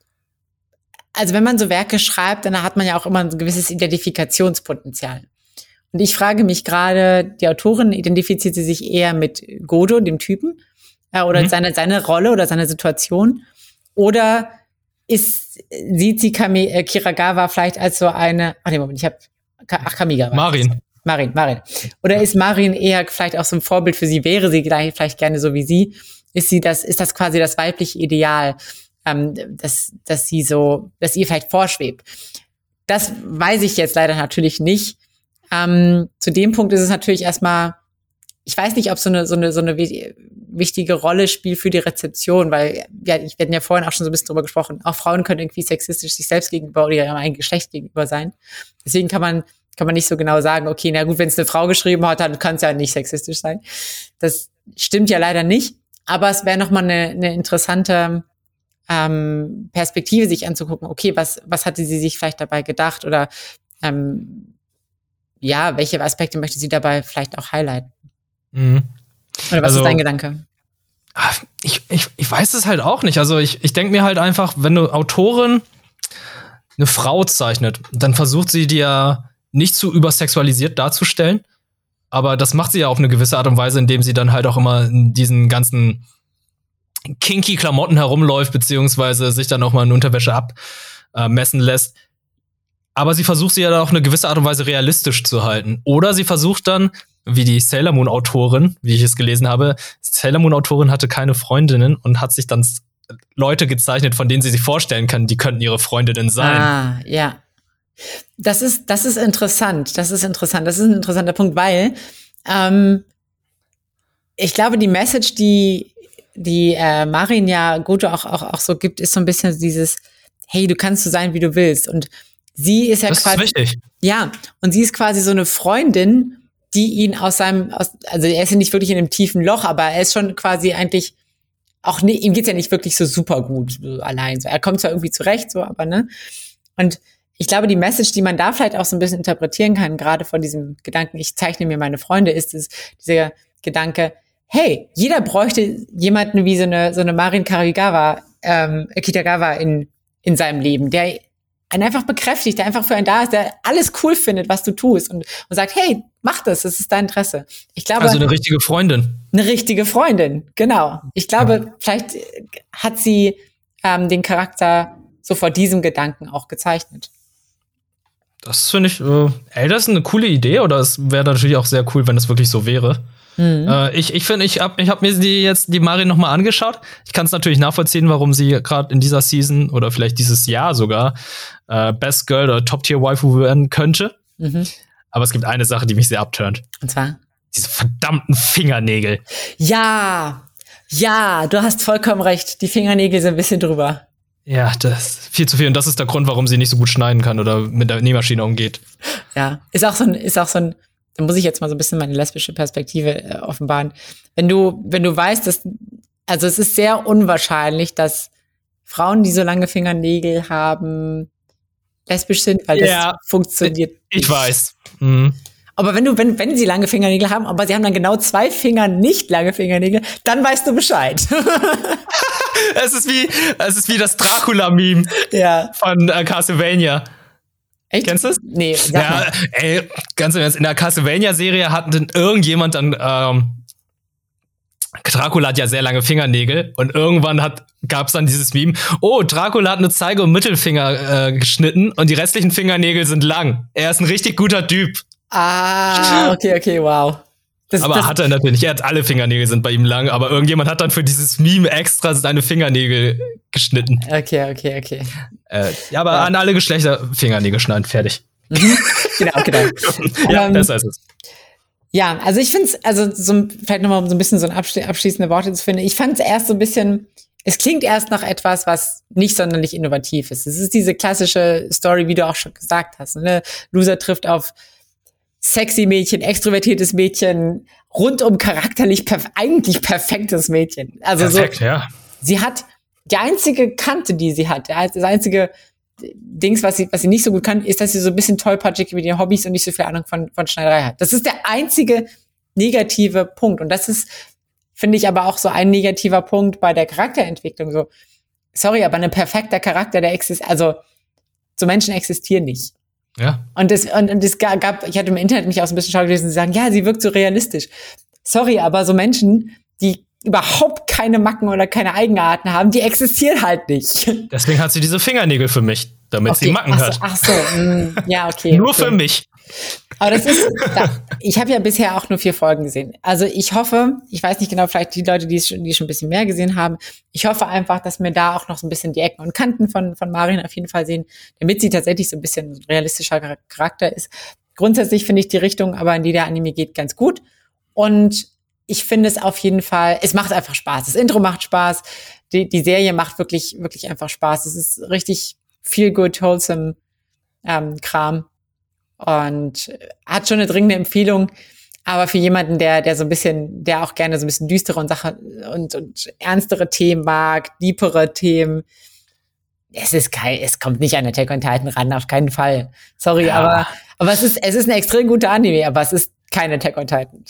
Speaker 2: also wenn man so Werke schreibt, dann hat man ja auch immer ein gewisses Identifikationspotenzial. Und ich frage mich gerade, die Autorin, identifiziert sie sich eher mit Godo, dem Typen, oder seine Rolle oder seine Situation, oder sieht sie Kiragawa vielleicht als so eine, Kamigawa. Marin. Oder ist Marin eher vielleicht auch so ein Vorbild für sie? Wäre sie vielleicht gerne so wie sie? Ist das quasi das weibliche Ideal, dass ihr vielleicht vorschwebt? Das weiß ich jetzt leider natürlich nicht. Zu dem Punkt ist es natürlich erstmal, ich weiß nicht, ob so eine wichtige Rolle spielt für die Rezeption, weil wir hatten ja vorhin auch schon so ein bisschen drüber gesprochen. Auch Frauen können irgendwie sexistisch sich selbst gegenüber oder ihrem eigenen Geschlecht gegenüber sein. Deswegen kann man nicht so genau sagen, okay, na gut, wenn es eine Frau geschrieben hat, dann kann es ja nicht sexistisch sein. Das stimmt ja leider nicht. Aber es wäre nochmal eine interessante Perspektive, sich anzugucken, okay, was hatte sie sich vielleicht dabei gedacht oder welche Aspekte möchte sie dabei vielleicht auch highlighten? Oder was ist dein Gedanke?
Speaker 1: Ich weiß es halt auch nicht. Also ich denke mir halt einfach, wenn eine Autorin eine Frau zeichnet, dann versucht sie dir nicht zu übersexualisiert darzustellen, aber das macht sie ja auf eine gewisse Art und Weise, indem sie dann halt auch immer in diesen ganzen kinky Klamotten herumläuft, beziehungsweise sich dann auch mal in Unterwäsche abmessen lässt. Aber sie versucht sie ja auch auf eine gewisse Art und Weise realistisch zu halten. Oder sie versucht dann, wie die Sailor Moon Autorin, wie ich es gelesen habe, Sailor Moon Autorin hatte keine Freundinnen und hat sich dann Leute gezeichnet, von denen sie sich vorstellen kann, die könnten ihre Freundinnen sein.
Speaker 2: Ah, ja. Das ist interessant. Das ist ein interessanter Punkt, weil ich glaube, die Message, die Marin ja Goto auch so gibt, ist so ein bisschen dieses, hey, du kannst so sein, wie du willst. Und sie ist ja quasi. Das ist wichtig. Ja, und sie ist quasi so eine Freundin, die ihn also er ist ja nicht wirklich in einem tiefen Loch, aber er ist schon quasi eigentlich auch nicht, ihm geht's ja nicht wirklich so super gut so allein. So, er kommt zwar irgendwie zurecht, so, aber ne. Und ich glaube, die Message, die man da vielleicht auch so ein bisschen interpretieren kann, gerade von diesem Gedanken, ich zeichne mir meine Freunde, ist dieser Gedanke, hey, jeder bräuchte jemanden wie so eine Marin Kitagawa in seinem Leben, der einen einfach bekräftigt, der einfach für einen da ist, der alles cool findet, was du tust und sagt, hey, mach das ist dein Interesse. Ich glaube,
Speaker 1: also eine richtige Freundin.
Speaker 2: Eine richtige Freundin, genau. Ich glaube, vielleicht hat sie den Charakter so vor diesem Gedanken auch gezeichnet.
Speaker 1: Das finde ich, das ist eine coole Idee, oder es wäre natürlich auch sehr cool, wenn es wirklich so wäre. Ich finde, ich hab mir die Marin noch mal angeschaut. Ich kann es natürlich nachvollziehen, warum sie gerade in dieser Season oder vielleicht dieses Jahr sogar Best Girl oder Top-Tier-Waifu werden könnte. Aber es gibt eine Sache, die mich sehr abturnt.
Speaker 2: Und zwar?
Speaker 1: Diese verdammten Fingernägel.
Speaker 2: Ja, du hast vollkommen recht. Die Fingernägel sind ein bisschen drüber.
Speaker 1: Ja, das ist viel zu viel. Und das ist der Grund, warum sie nicht so gut schneiden kann oder mit der Nähmaschine umgeht.
Speaker 2: Ja, ist auch so ein da muss ich jetzt mal so ein bisschen meine lesbische Perspektive offenbaren. Wenn du weißt, also es ist sehr unwahrscheinlich, dass Frauen, die so lange Fingernägel haben, lesbisch sind, weil das funktioniert nicht.
Speaker 1: Ich weiß. Mhm.
Speaker 2: Aber wenn sie lange Fingernägel haben, aber sie haben dann genau 2 Finger nicht lange Fingernägel, dann weißt du Bescheid.
Speaker 1: Es ist wie das Dracula-Meme von Castlevania.
Speaker 2: Echt?
Speaker 1: Kennst du das?
Speaker 2: Nee,
Speaker 1: ganz im Ernst, in der Castlevania-Serie hat dann irgendjemand dann Dracula hat ja sehr lange Fingernägel und irgendwann gab's dann dieses Meme, oh, Dracula hat eine Zeige- und Mittelfinger geschnitten und die restlichen Fingernägel sind lang. Er ist ein richtig guter Typ.
Speaker 2: Ah, okay, wow.
Speaker 1: Aber hat er natürlich nicht. Er hat alle Fingernägel sind bei ihm lang, aber irgendjemand hat dann für dieses Meme extra seine Fingernägel geschnitten.
Speaker 2: Okay.
Speaker 1: Aber an alle Geschlechter Fingernägel schneiden, fertig.
Speaker 2: Genau.
Speaker 1: Ja, besser ist es.
Speaker 2: Ja, also ich finde es, vielleicht nochmal so ein bisschen so ein abschließende Worte zu finden. Ich fand es erst so ein bisschen, es klingt erst nach etwas, was nicht sonderlich innovativ ist. Es ist diese klassische Story, wie du auch schon gesagt hast. Ne? Loser trifft auf sexy Mädchen, extrovertiertes Mädchen, rundum charakterlich eigentlich perfektes Mädchen. Also
Speaker 1: perfekt, ja.
Speaker 2: Sie hat die einzige Kante, die sie hat, das einzige Dings, was sie nicht so gut kann, ist, dass sie so ein bisschen tollpatschig mit ihren Hobbys und nicht so viel Ahnung von Schneiderei hat. Das ist der einzige negative Punkt. Und das ist, finde ich, aber auch so ein negativer Punkt bei der Charakterentwicklung. So, sorry, aber ein perfekter Charakter, so Menschen existieren nicht.
Speaker 1: Ja.
Speaker 2: Und es gab, ich hatte im Internet mich auch so ein bisschen schau gelesen, die sagen, ja, sie wirkt so realistisch. Sorry, aber so Menschen, die überhaupt keine Macken oder keine Eigenarten haben, die existieren halt nicht.
Speaker 1: Deswegen hat sie diese Fingernägel für mich, damit sie Macken hat.
Speaker 2: Ach so, ja, okay.
Speaker 1: Nur für mich.
Speaker 2: Aber ich habe ja bisher auch nur 4 Folgen gesehen. Also ich hoffe, ich weiß nicht genau, vielleicht die Leute, die schon ein bisschen mehr gesehen haben, ich hoffe einfach, dass wir da auch noch so ein bisschen die Ecken und Kanten von Marion auf jeden Fall sehen, damit sie tatsächlich so ein bisschen realistischer Charakter ist. Grundsätzlich finde ich die Richtung, aber in die der Anime geht, ganz gut. Und ich finde es auf jeden Fall, es macht einfach Spaß. Das Intro macht Spaß. Die Serie macht wirklich, wirklich einfach Spaß. Es ist richtig feel good, wholesome Kram. Und hat schon eine dringende Empfehlung. Aber für jemanden, der so ein bisschen, der auch gerne so ein bisschen düstere und ernstere Themen mag, deepere Themen, es kommt nicht an Attack on Titan ran, auf keinen Fall. Sorry, ja. aber es ist ein extrem guter Anime, aber es ist kein Attack on Titan.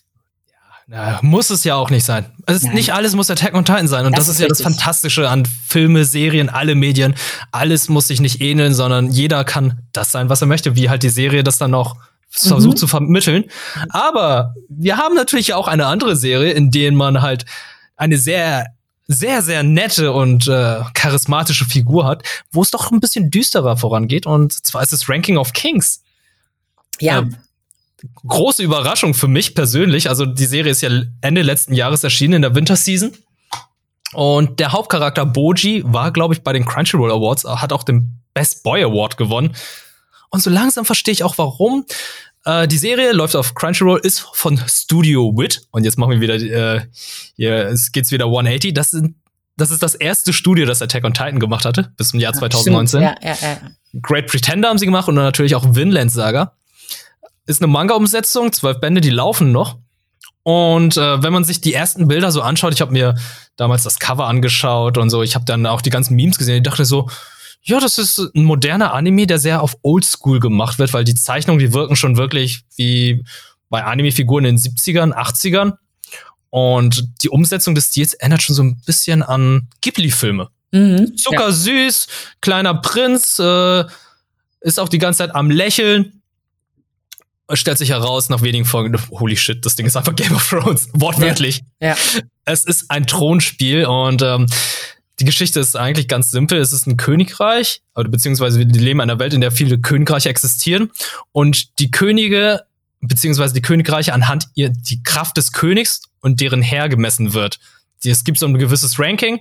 Speaker 1: Ja, muss es ja auch nicht sein. Nicht alles muss Attack on Titan sein. Und das ist ja das Fantastische an Filme, Serien, alle Medien. Alles muss sich nicht ähneln, sondern jeder kann das sein, was er möchte, wie halt die Serie das dann noch versucht zu vermitteln. Aber wir haben natürlich auch eine andere Serie, in der man halt eine sehr, sehr, sehr nette und charismatische Figur hat, wo es doch ein bisschen düsterer vorangeht. Und zwar ist es Ranking of Kings.
Speaker 2: Ja.
Speaker 1: Große Überraschung für mich persönlich. Also die Serie ist ja Ende letzten Jahres erschienen in der Winterseason. Und der Hauptcharakter Boji war, glaube ich, bei den Crunchyroll Awards, hat auch den Best Boy Award gewonnen. Und so langsam verstehe ich auch, warum. Die Serie läuft auf Crunchyroll, ist von Studio Wit. Und jetzt machen wir wieder, es geht's wieder 180. Das ist das erste Studio, das Attack on Titan gemacht hatte, bis zum Jahr 2019.
Speaker 2: Ja.
Speaker 1: Great Pretender haben sie gemacht und dann natürlich auch Vinland Saga. Ist eine Manga-Umsetzung, 12 Bände, die laufen noch. Und wenn man sich die ersten Bilder so anschaut, ich habe mir damals das Cover angeschaut und so, ich habe dann auch die ganzen Memes gesehen, ich dachte so, ja, das ist ein moderner Anime, der sehr auf Oldschool gemacht wird, weil die Zeichnungen, die wirken schon wirklich wie bei Anime-Figuren in den 70ern, 80ern. Und die Umsetzung des Stils erinnert schon so ein bisschen an Ghibli-Filme. Zuckersüß, kleiner Prinz, ist auch die ganze Zeit am Lächeln. Stellt sich heraus, nach wenigen Folgen, holy shit, das Ding ist einfach Game of Thrones, wortwörtlich.
Speaker 2: Ja.
Speaker 1: Es ist ein Thronspiel und die Geschichte ist eigentlich ganz simpel. Es ist ein Königreich, oder beziehungsweise wir leben in einer Welt, in der viele Königreiche existieren und die Könige, beziehungsweise die Königreiche anhand die Kraft des Königs und deren Heer gemessen wird. Es gibt so ein gewisses Ranking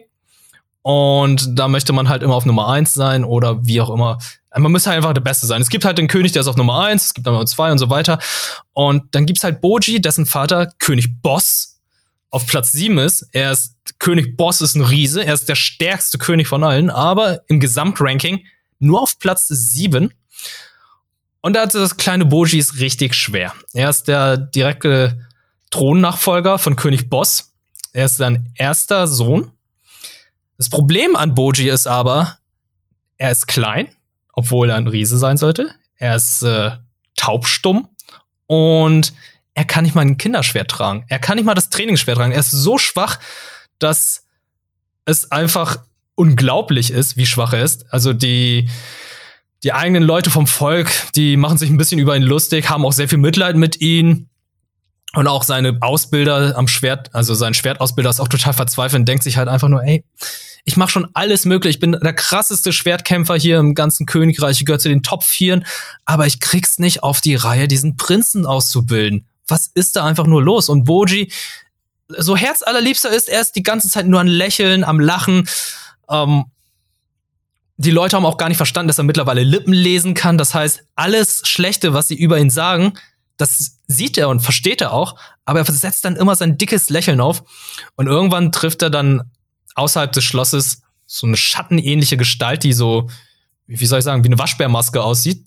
Speaker 1: und da möchte man halt immer auf Nummer 1 sein oder wie auch immer. Man muss halt einfach der Beste sein. Es gibt halt den König, der ist auf Nummer 1, es gibt Nummer 2 und so weiter. Und dann gibt's halt Boji, dessen Vater König Boss auf Platz 7 ist. König Boss ist ein Riese, er ist der stärkste König von allen, aber im Gesamtranking nur auf Platz 7. Und da hat das kleine Boji ist richtig schwer. Er ist der direkte Thronnachfolger von König Boss. Er ist sein erster Sohn. Das Problem an Boji ist aber, er ist klein, obwohl er ein Riese sein sollte. Er ist taubstumm und er kann nicht mal ein Kinderschwert tragen. Er kann nicht mal das Trainingsschwert tragen. Er ist so schwach, dass es einfach unglaublich ist, wie schwach er ist. Also die eigenen Leute vom Volk, die machen sich ein bisschen über ihn lustig, haben auch sehr viel Mitleid mit ihm. Und auch seine Ausbilder am Schwert, also sein Schwertausbilder ist auch total verzweifelt und denkt sich halt einfach nur, ey, ich mache schon alles möglich, ich bin der krasseste Schwertkämpfer hier im ganzen Königreich, ich gehöre zu den Top 4, aber ich krieg's nicht auf die Reihe, diesen Prinzen auszubilden. Was ist da einfach nur los? Und Bojji, so herzallerliebster ist, er ist die ganze Zeit nur am Lächeln, am Lachen. Die Leute haben auch gar nicht verstanden, dass er mittlerweile Lippen lesen kann. Das heißt, alles Schlechte, was sie über ihn sagen, das sieht er und versteht er auch, aber er setzt dann immer sein dickes Lächeln auf. Und irgendwann trifft er dann außerhalb des Schlosses so eine schattenähnliche Gestalt, die so, wie soll ich sagen, wie eine Waschbärmaske aussieht.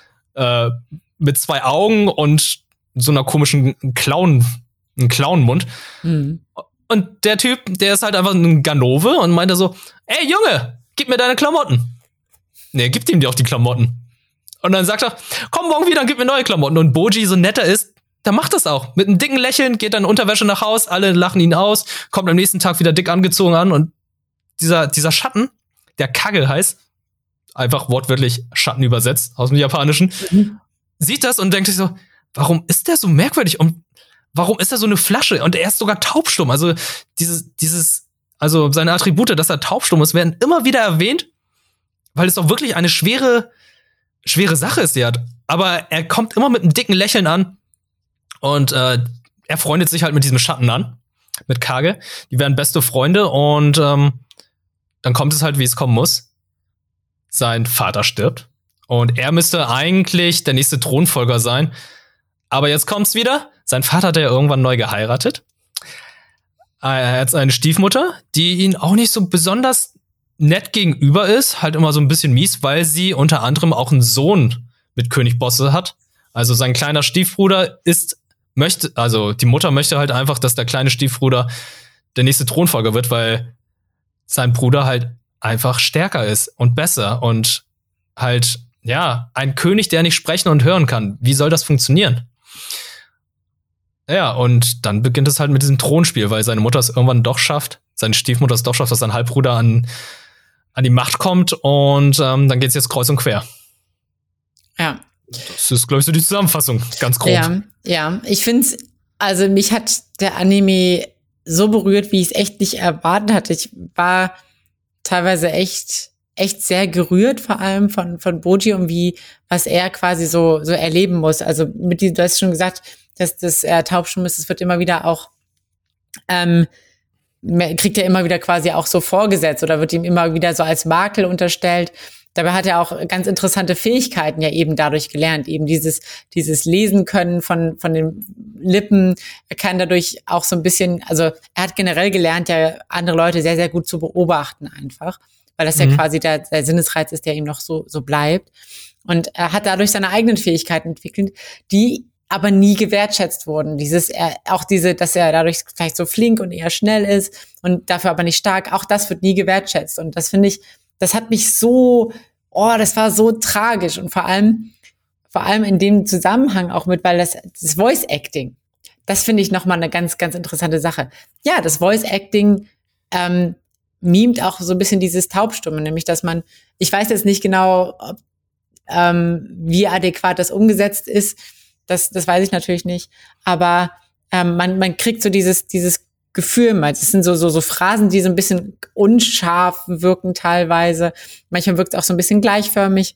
Speaker 1: Mit 2 Augen und so einer komischen Clownmund. Mhm. Und der Typ, der ist halt einfach ein Ganove und meinte so, ey Junge, gib mir deine Klamotten. Nee, gibt ihm die auch die Klamotten. Und dann sagt er, komm morgen wieder und gib mir neue Klamotten. Und Bojji so netter ist, der macht das auch. Mit einem dicken Lächeln geht dann in Unterwäsche nach Haus, alle lachen ihn aus, kommt am nächsten Tag wieder dick angezogen an. Und dieser Schatten, der Kage heißt, einfach wortwörtlich Schatten übersetzt aus dem Japanischen, sieht das und denkt sich so, warum ist der so merkwürdig? Und warum ist er so eine Flasche? Und er ist sogar taubstumm. Also also seine Attribute, dass er taubstumm ist, werden immer wieder erwähnt, weil es auch wirklich eine schwere Sache ist, die er hat. Aber er kommt immer mit einem dicken Lächeln an und er freundet sich halt mit diesem Schatten an, mit Kage. Die werden beste Freunde und dann kommt es halt, wie es kommen muss. Sein Vater stirbt und er müsste eigentlich der nächste Thronfolger sein. Aber jetzt kommt's wieder. Sein Vater hat ja irgendwann neu geheiratet. Er hat eine Stiefmutter, die ihn auch nicht so besonders nett gegenüber ist, halt immer so ein bisschen mies, weil sie unter anderem auch einen Sohn mit König Bosse hat. Also sein kleiner Stiefbruder die Mutter möchte halt einfach, dass der kleine Stiefbruder der nächste Thronfolger wird, weil sein Bruder halt einfach stärker ist und besser und halt, ja, ein König, der nicht sprechen und hören kann. Wie soll das funktionieren? Ja, und dann beginnt es halt mit diesem Thronspiel, weil seine Mutter es irgendwann doch schafft, seine Stiefmutter es doch schafft, dass sein Halbbruder an die Macht kommt und dann geht's jetzt kreuz und quer.
Speaker 2: Ja.
Speaker 1: Das ist, glaube ich, so die Zusammenfassung, ganz grob.
Speaker 2: Ja, ich finde es, also mich hat der Anime so berührt, wie ich es echt nicht erwartet hatte. Ich war teilweise echt sehr gerührt, vor allem von Bojji und was er quasi so erleben muss. Also du hast schon gesagt, dass er taubstumm ist, es wird immer wieder auch, kriegt er immer wieder quasi auch so vorgesetzt oder wird ihm immer wieder so als Makel unterstellt. Dabei hat er auch ganz interessante Fähigkeiten ja eben dadurch gelernt, eben dieses Lesen können von den Lippen. Er kann dadurch auch so ein bisschen, also er hat generell gelernt, ja andere Leute sehr, sehr gut zu beobachten einfach, weil das ja quasi der Sinnesreiz ist, der ihm noch so bleibt. Und er hat dadurch seine eigenen Fähigkeiten entwickelt, die aber nie gewertschätzt wurden. dass er dadurch vielleicht so flink und eher schnell ist und dafür aber nicht stark, auch das wird nie gewertschätzt. Und das finde ich, das hat mich so, das war so tragisch. Und vor allem in dem Zusammenhang auch mit, weil das Voice Acting, das finde ich nochmal eine ganz, ganz interessante Sache. Ja, das Voice Acting, mimt auch so ein bisschen dieses Taubstumme, nämlich, dass ich weiß jetzt nicht genau, wie adäquat das umgesetzt ist, das weiß ich natürlich nicht, aber man kriegt so dieses Gefühl mal. Das sind so Phrasen, die so ein bisschen unscharf wirken teilweise. Manchmal wirkt es auch so ein bisschen gleichförmig.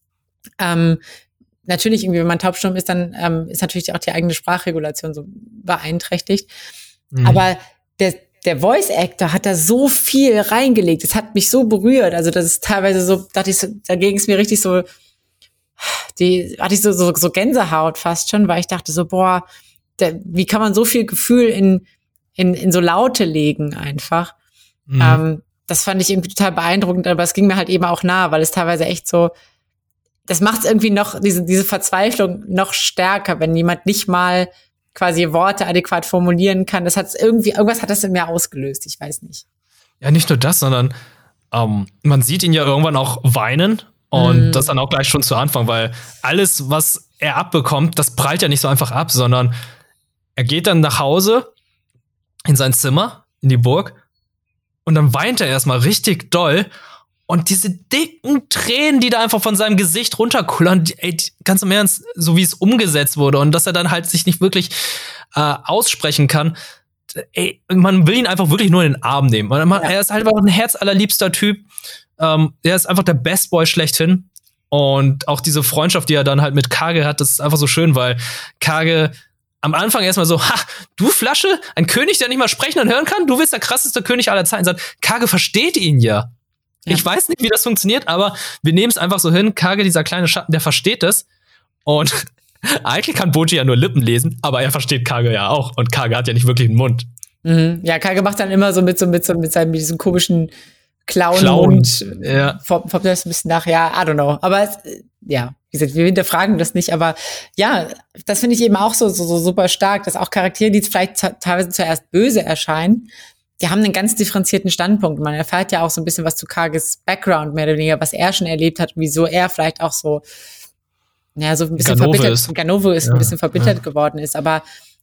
Speaker 2: Natürlich irgendwie, wenn man taubstumm ist, dann ist natürlich auch die eigene Sprachregulation so beeinträchtigt. Mhm. Aber der Voice Actor hat da so viel reingelegt. Es hat mich so berührt. Also das ist teilweise so, dachte ich so, dagegen ist mir richtig so, hatte ich so Gänsehaut fast schon, weil ich dachte so, wie kann man so viel Gefühl in so Laute legen einfach. Mhm. Das fand ich irgendwie total beeindruckend, aber es ging mir halt eben auch nah, weil es teilweise echt so, das macht es irgendwie noch, diese Verzweiflung noch stärker, wenn jemand nicht mal quasi Worte adäquat formulieren kann. Irgendwas hat das in mir ausgelöst, ich weiß nicht.
Speaker 1: Ja, nicht nur das, sondern man sieht ihn ja irgendwann auch weinen Und das dann auch gleich schon zu Anfang, weil alles, was er abbekommt, das prallt ja nicht so einfach ab, sondern er geht dann nach Hause in sein Zimmer, in die Burg, und dann weint er erstmal richtig doll. Und diese dicken Tränen, die da einfach von seinem Gesicht runterkullern, ganz im Ernst, so wie es umgesetzt wurde und dass er dann halt sich nicht wirklich aussprechen kann. Man will ihn einfach wirklich nur in den Arm nehmen. Er ist halt einfach ein herzallerliebster Typ. Er ist einfach der Best Boy schlechthin. Und auch diese Freundschaft, die er dann halt mit Kage hat, das ist einfach so schön, weil Kage am Anfang erstmal so, du Flasche, ein König, der nicht mal sprechen und hören kann? Du willst der krasseste König aller Zeiten sein. Kage versteht ihn ja. Ich weiß nicht, wie das funktioniert, aber wir nehmen es einfach so hin. Kage, dieser kleine Schatten, der versteht es. Und eigentlich kann Bojji ja nur Lippen lesen, aber er versteht Kage ja auch. Und Kage hat ja nicht wirklich einen Mund.
Speaker 2: Ja, Kage macht dann immer so mit diesem komischen Clown-Mund.
Speaker 1: Ja.
Speaker 2: Kommt das ein bisschen nach, ja, I don't know. Aber wie gesagt, wir hinterfragen das nicht. Aber ja, das finde ich eben auch so super stark, dass auch Charaktere, die vielleicht teilweise zuerst böse erscheinen, die haben einen ganz differenzierten Standpunkt. Man erfährt ja auch so ein bisschen was zu Kages Background, mehr oder weniger, was er schon erlebt hat und wieso er vielleicht auch so ein bisschen Ganovo ist ein bisschen verbittert geworden ist. Aber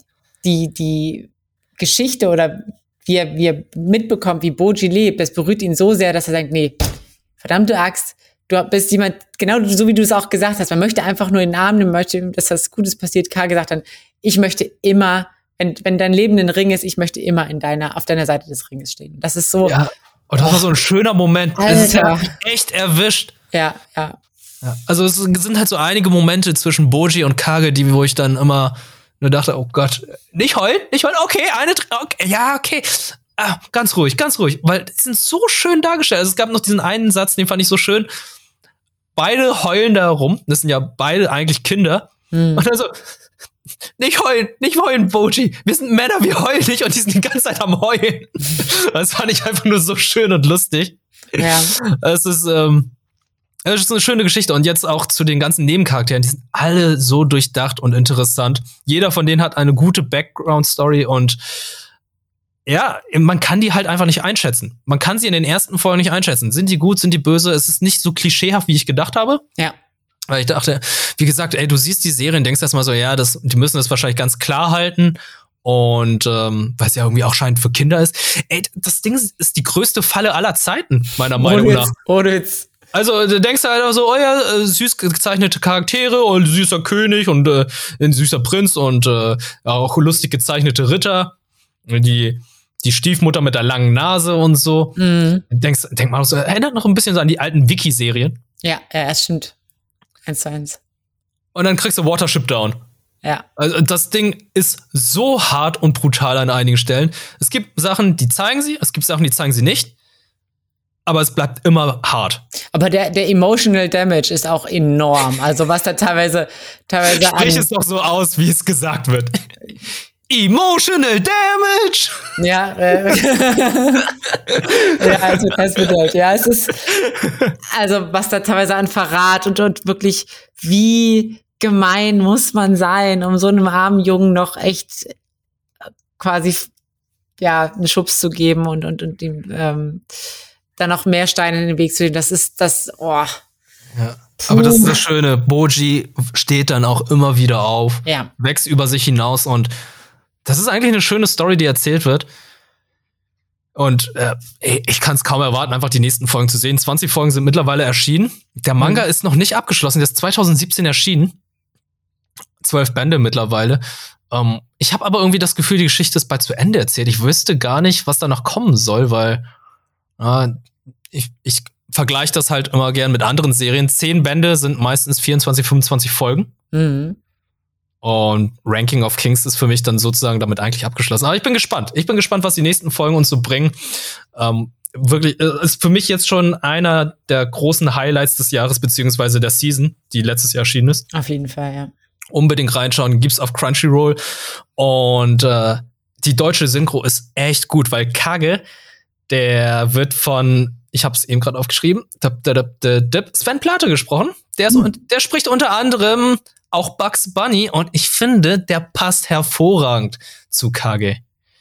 Speaker 2: die Geschichte oder wie er mitbekommt, wie Bojji lebt, das berührt ihn so sehr, dass er sagt, nee, verdammte Axt, du bist jemand, genau so wie du es auch gesagt hast, man möchte einfach nur in den Arm nehmen, möchte, dass was Gutes passiert. Kage sagt dann, ich möchte immer, wenn dein Leben ein Ring ist, ich möchte immer auf deiner Seite des Ringes stehen. Das ist so.
Speaker 1: Ja, und das war so ein schöner Moment.
Speaker 2: Alter.
Speaker 1: Das ist ja echt erwischt.
Speaker 2: Ja.
Speaker 1: Also es sind halt so einige Momente zwischen Bojji und Kage, wo ich dann immer nur dachte, oh Gott, nicht heulen, okay, okay. Ganz ruhig, weil die sind so schön dargestellt. Also es gab noch diesen einen Satz, den fand ich so schön. Beide heulen da rum, das sind ja beide eigentlich Kinder. Und dann so, nicht heulen, Bojji. Wir sind Männer, wir heulen nicht und die sind die ganze Zeit am Heulen. Das fand ich einfach nur so schön und lustig.
Speaker 2: Ja.
Speaker 1: Es ist eine schöne Geschichte. Und jetzt auch zu den ganzen Nebencharakteren. Die sind alle so durchdacht und interessant. Jeder von denen hat eine gute Background-Story und ja, man kann die halt einfach nicht einschätzen. Man kann sie in den ersten Folgen nicht einschätzen. Sind die gut, sind die böse? Es ist nicht so klischeehaft, wie ich gedacht habe.
Speaker 2: Ja.
Speaker 1: Weil ich dachte, wie gesagt, du siehst die Serie und denkst erstmal so, ja, die müssen das wahrscheinlich ganz klar halten. Und weil es ja irgendwie auch scheint für Kinder ist. Das Ding ist die größte Falle aller Zeiten, meiner Meinung nach.
Speaker 2: Ohne Witz.
Speaker 1: Also du denkst halt so, süß gezeichnete Charaktere und süßer König und ein süßer Prinz und auch lustig gezeichnete Ritter. Die Stiefmutter mit der langen Nase und so. Denk mal so, erinnert noch ein bisschen so an die alten Wiki-Serien.
Speaker 2: Ja, es stimmt. 1:1.
Speaker 1: Und dann kriegst du Watership Down.
Speaker 2: Ja.
Speaker 1: Also das Ding ist so hart und brutal an einigen Stellen. Es gibt Sachen, die zeigen sie, es gibt Sachen, die zeigen sie nicht. Aber es bleibt immer hart.
Speaker 2: Aber der Emotional Damage ist auch enorm. Also was da teilweise
Speaker 1: Sprich es doch so aus, wie es gesagt wird. Emotional Damage!
Speaker 2: Ja, ja, also das bedeutet, ja, es ist, also was da teilweise an Verrat und wirklich, wie gemein muss man sein, um so einem armen Jungen noch echt quasi, einen Schubs zu geben und ihm, da noch mehr Steine in den Weg zu legen. Das ist das, Ja.
Speaker 1: Aber das ist das Schöne. Bojji steht dann auch immer wieder auf, wächst über sich hinaus und das ist eigentlich eine schöne Story, die erzählt wird. Und ich kann es kaum erwarten, einfach die nächsten Folgen zu sehen. 20 Folgen sind mittlerweile erschienen. Der Manga ist noch nicht abgeschlossen. Der ist 2017 erschienen. 12 Bände mittlerweile. Ich habe aber irgendwie das Gefühl, die Geschichte ist bald zu Ende erzählt. Ich wüsste gar nicht, was da noch kommen soll, weil ich vergleiche das halt immer gern mit anderen Serien. 10 Bände sind meistens 24, 25 Folgen. Und Ranking of Kings ist für mich dann sozusagen damit eigentlich abgeschlossen. Aber ich bin gespannt. Was die nächsten Folgen uns so bringen. Wirklich, ist für mich jetzt schon einer der großen Highlights des Jahres, beziehungsweise der Season, die letztes Jahr erschienen ist.
Speaker 2: Auf jeden Fall, ja.
Speaker 1: Unbedingt reinschauen, gibt's auf Crunchyroll. Und die deutsche Synchro ist echt gut, weil Kage, der wird von, ich hab's eben gerade aufgeschrieben, Sven Plate gesprochen. Der spricht unter anderem auch Bugs Bunny und ich finde, der passt hervorragend zu Kage.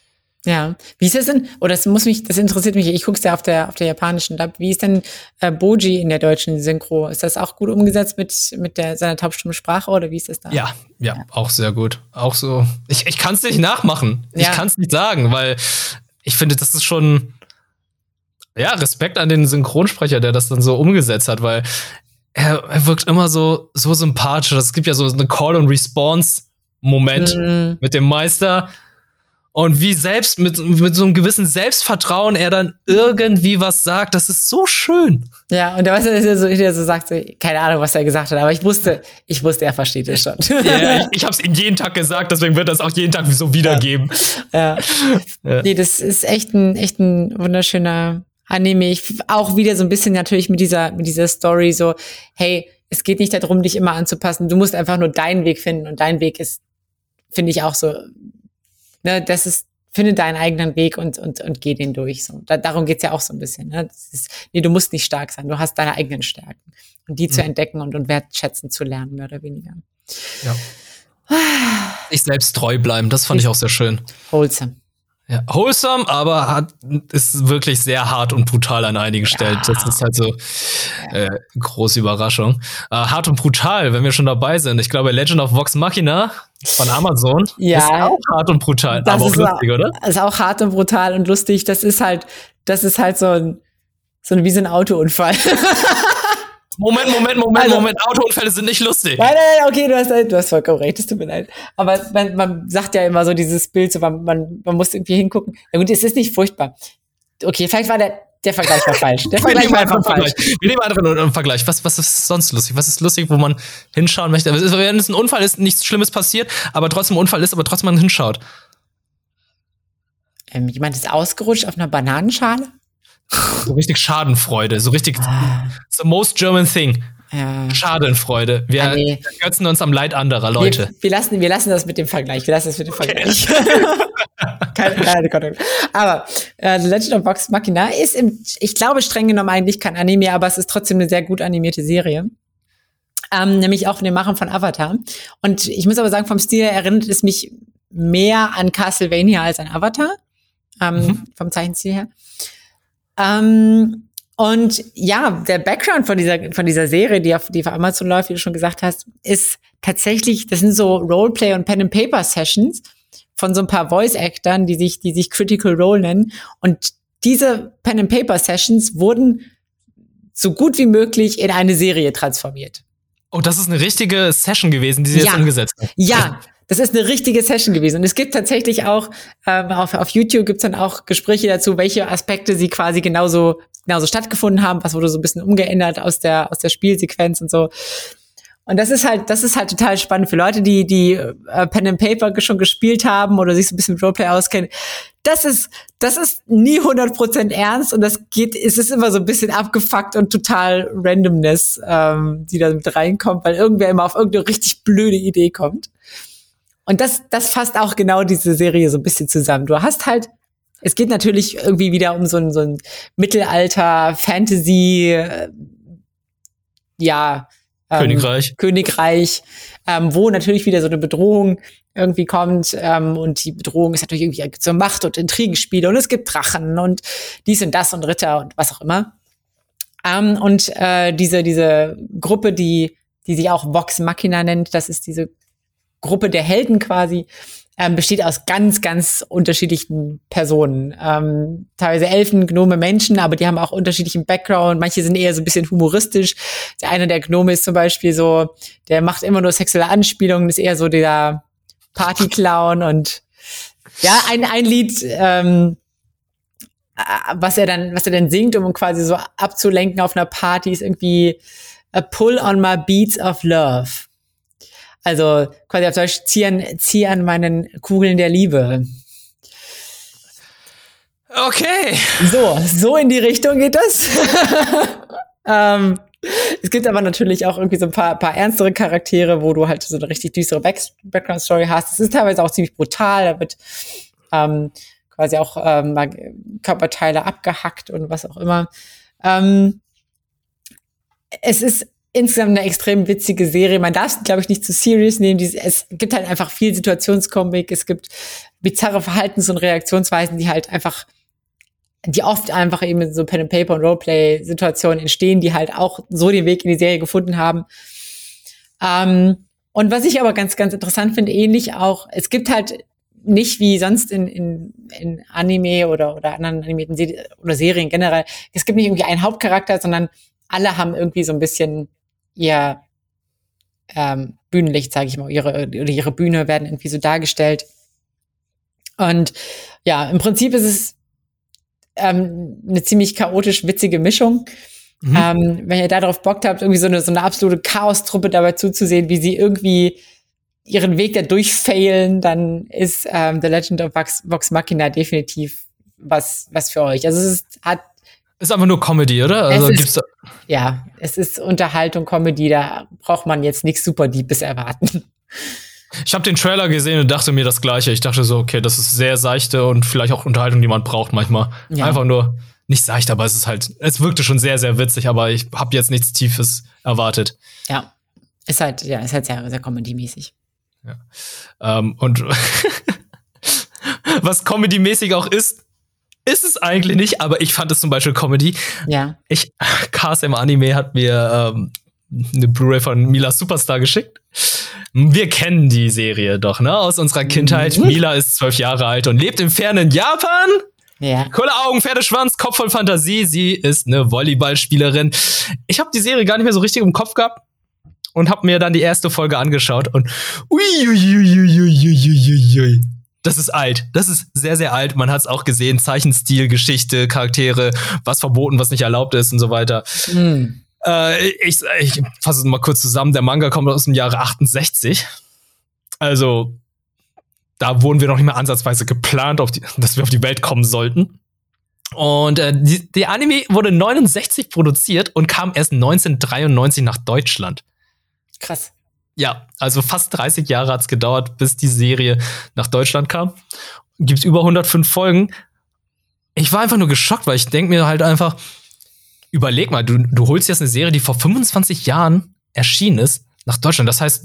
Speaker 2: Ja. Wie ist das denn? Oder das interessiert mich, ich guck's ja auf der japanischen Dub. Wie ist denn Boji in der deutschen Synchro? Ist das auch gut umgesetzt mit seiner Taubstummsprache oder wie ist das da?
Speaker 1: Ja, auch sehr gut. Auch so. Ich kann es nicht nachmachen.
Speaker 2: Ja.
Speaker 1: Ich kann es nicht sagen, weil ich finde, das ist schon Respekt an den Synchronsprecher, der das dann so umgesetzt hat, weil er wirkt immer so sympathisch. Es gibt ja so eine Call-and-Response-Moment mit dem Meister. Und wie selbst mit so einem gewissen Selbstvertrauen er dann irgendwie was sagt, das ist so schön.
Speaker 2: Ja, und der weiß, dass er so sagt, keine Ahnung, was er gesagt hat, aber ich wusste, er versteht es schon.
Speaker 1: Ja, ich hab's ihm jeden Tag gesagt, deswegen wird er es auch jeden Tag so wiedergeben.
Speaker 2: Ja. Nee, das ist echt ein wunderschöner Anime. Auch wieder so ein bisschen natürlich mit dieser Story so, hey, es geht nicht darum, dich immer anzupassen, du musst einfach nur deinen Weg finden und dein Weg ist, finde ich auch so, ne, finde deinen eigenen Weg und geh den durch. So. Darum geht's ja auch so ein bisschen. Ne? Du musst nicht stark sein, du hast deine eigenen Stärken. Und die zu entdecken und wertschätzen zu lernen, mehr oder weniger.
Speaker 1: Ja. Sich selbst treu bleiben, das fand ich auch sehr schön.
Speaker 2: Wholesome.
Speaker 1: Ja, wholesome, aber ist wirklich sehr hart und brutal an einigen Stellen. Das ist halt so große Überraschung. Hart und brutal, wenn wir schon dabei sind. Ich glaube, Legend of Vox Machina von Amazon ist auch hart und brutal, aber auch lustig, oder?
Speaker 2: Ist auch hart und brutal und lustig. Das ist halt so wie so ein Autounfall.
Speaker 1: Moment. Autounfälle sind nicht lustig.
Speaker 2: Nein, okay, du hast vollkommen recht, es tut mir leid. Aber man sagt ja immer so dieses Bild, so man muss irgendwie hingucken. Ja gut, es ist nicht furchtbar. Okay, vielleicht war der Vergleich war falsch. Der Vergleich war einfach falsch.
Speaker 1: Wir nehmen einfach nur einen Vergleich. Was ist sonst lustig? Was ist lustig, wo man hinschauen möchte? Wenn es ein Unfall ist, nichts Schlimmes passiert, aber trotzdem ein Unfall ist, aber trotzdem man hinschaut.
Speaker 2: Jemand ist ausgerutscht auf einer Bananenschale?
Speaker 1: So richtig Schadenfreude, so richtig the most German thing. Ja. Schadenfreude. Wir ergötzen uns am Leid anderer Leute.
Speaker 2: Wir lassen das mit dem Vergleich. Keine Konto. Aber The Legend of Vox Machina ist ich glaube, streng genommen eigentlich kein Anime, aber es ist trotzdem eine sehr gut animierte Serie. Nämlich auch von den Machern von Avatar. Und ich muss aber sagen, vom Stil her erinnert es mich mehr an Castlevania als an Avatar. Vom Zeichenstil her. Und ja, der Background von dieser Serie, die auf Amazon läuft, wie du schon gesagt hast, ist tatsächlich, das sind so Roleplay- und Pen-and-Paper-Sessions von so ein paar Voice-Actern, die sich Critical Role nennen. Und diese Pen-and-Paper-Sessions wurden so gut wie möglich in eine Serie transformiert.
Speaker 1: Oh, das ist eine richtige Session gewesen, die sie jetzt umgesetzt haben.
Speaker 2: Ja. Das ist eine richtige Session gewesen. Und es gibt tatsächlich auch, auf YouTube gibt's dann auch Gespräche dazu, welche Aspekte sie quasi genauso stattgefunden haben, was wurde so ein bisschen umgeändert aus der Spielsequenz und so. Und das ist halt total spannend für Leute, die Pen and Paper schon gespielt haben oder sich so ein bisschen mit Roleplay auskennen. Das ist nie 100% ernst und es ist immer so ein bisschen abgefuckt und total Randomness, die da mit reinkommt, weil irgendwer immer auf irgendeine richtig blöde Idee kommt. Und das fasst auch genau diese Serie so ein bisschen zusammen. Du hast halt, es geht natürlich irgendwie wieder um so ein Mittelalter-Fantasy, Königreich, wo natürlich wieder so eine Bedrohung irgendwie kommt. Und die Bedrohung ist natürlich irgendwie so Macht- und Intrigenspiele. Und es gibt Drachen und dies und das und Ritter und was auch immer. Und diese Gruppe, die sich auch Vox Machina nennt, das ist diese Gruppe der Helden quasi, besteht aus ganz, ganz unterschiedlichen Personen. Teilweise Elfen, Gnome, Menschen, aber die haben auch unterschiedlichen Background. Manche sind eher so ein bisschen humoristisch. Einer der Gnome ist zum Beispiel so, der macht immer nur sexuelle Anspielungen, ist eher so der Partyclown und ja, ein Lied, was er dann singt, um quasi so abzulenken auf einer Party, ist irgendwie A Pull on My Beats of Love. Also quasi auf Deutsch, zieh an meinen Kugeln der Liebe.
Speaker 1: Okay.
Speaker 2: So in die Richtung geht das. Es gibt aber natürlich auch irgendwie so ein paar ernstere Charaktere, wo du halt so eine richtig düstere Background-Story hast. Es ist teilweise auch ziemlich brutal, da wird quasi auch Körperteile abgehackt und was auch immer. Es ist insgesamt eine extrem witzige Serie. Man darf es, glaube ich, nicht zu serious nehmen. Es gibt halt einfach viel Situationskomik. Es gibt bizarre Verhaltens- und Reaktionsweisen, die oft einfach eben in so Pen-and-Paper- und Roleplay-Situationen entstehen, die halt auch so den Weg in die Serie gefunden haben. Und was ich aber ganz, ganz interessant finde, ähnlich auch, es gibt halt nicht wie sonst in Anime oder anderen animierten Serien generell, es gibt nicht irgendwie einen Hauptcharakter, sondern alle haben irgendwie so ein bisschen ihr Bühnenlicht, sage ich mal, ihre Bühne werden irgendwie so dargestellt. Und ja, im Prinzip ist es eine ziemlich chaotisch witzige Mischung. Wenn ihr darauf Bock habt, irgendwie so eine absolute Chaostruppe dabei zuzusehen, wie sie irgendwie ihren Weg da durchfailen, dann ist The Legend of Vox Machina definitiv was für euch. Also ist
Speaker 1: einfach nur Comedy, oder? Also
Speaker 2: es ist Unterhaltung, Comedy, da braucht man jetzt nichts super Deepes erwarten.
Speaker 1: Ich habe den Trailer gesehen und dachte mir das Gleiche. Ich dachte so, okay, das ist sehr seichte und vielleicht auch Unterhaltung, die man braucht manchmal. Ja. Einfach nur nicht seicht, aber es wirkte schon sehr, sehr witzig, aber ich habe jetzt nichts Tiefes erwartet.
Speaker 2: Ja, ist halt sehr, sehr Comedy-mäßig.
Speaker 1: Ja. Und was Comedy-mäßig auch ist es eigentlich nicht, aber ich fand es zum Beispiel Comedy.
Speaker 2: Ja.
Speaker 1: KSM Anime hat mir eine Blu-ray von Milas Superstar geschickt. Wir kennen die Serie doch, ne? Aus unserer Kindheit. Mila ist 12 Jahre alt und lebt im fernen Japan.
Speaker 2: Ja.
Speaker 1: Coole Augen, Pferdeschwanz, Kopf voll Fantasie. Sie ist eine Volleyballspielerin. Ich habe die Serie gar nicht mehr so richtig im Kopf gehabt und habe mir dann die erste Folge angeschaut und uiuiuiuiuiuiui. Das ist alt. Das ist sehr, sehr alt. Man hat es auch gesehen. Zeichenstil, Geschichte, Charaktere, was verboten, was nicht erlaubt ist und so weiter. Ich fasse es mal kurz zusammen. Der Manga kommt aus dem Jahre 68. Also, da wurden wir noch nicht mehr ansatzweise geplant, dass wir auf die Welt kommen sollten. Und der Anime wurde 69 produziert und kam erst 1993 nach Deutschland.
Speaker 2: Krass.
Speaker 1: Ja, also fast 30 Jahre hat's gedauert, bis die Serie nach Deutschland kam. Gibt's über 105 Folgen. Ich war einfach nur geschockt, weil ich denke mir halt einfach, überleg mal, du holst jetzt eine Serie, die vor 25 Jahren erschienen ist, nach Deutschland. Das heißt,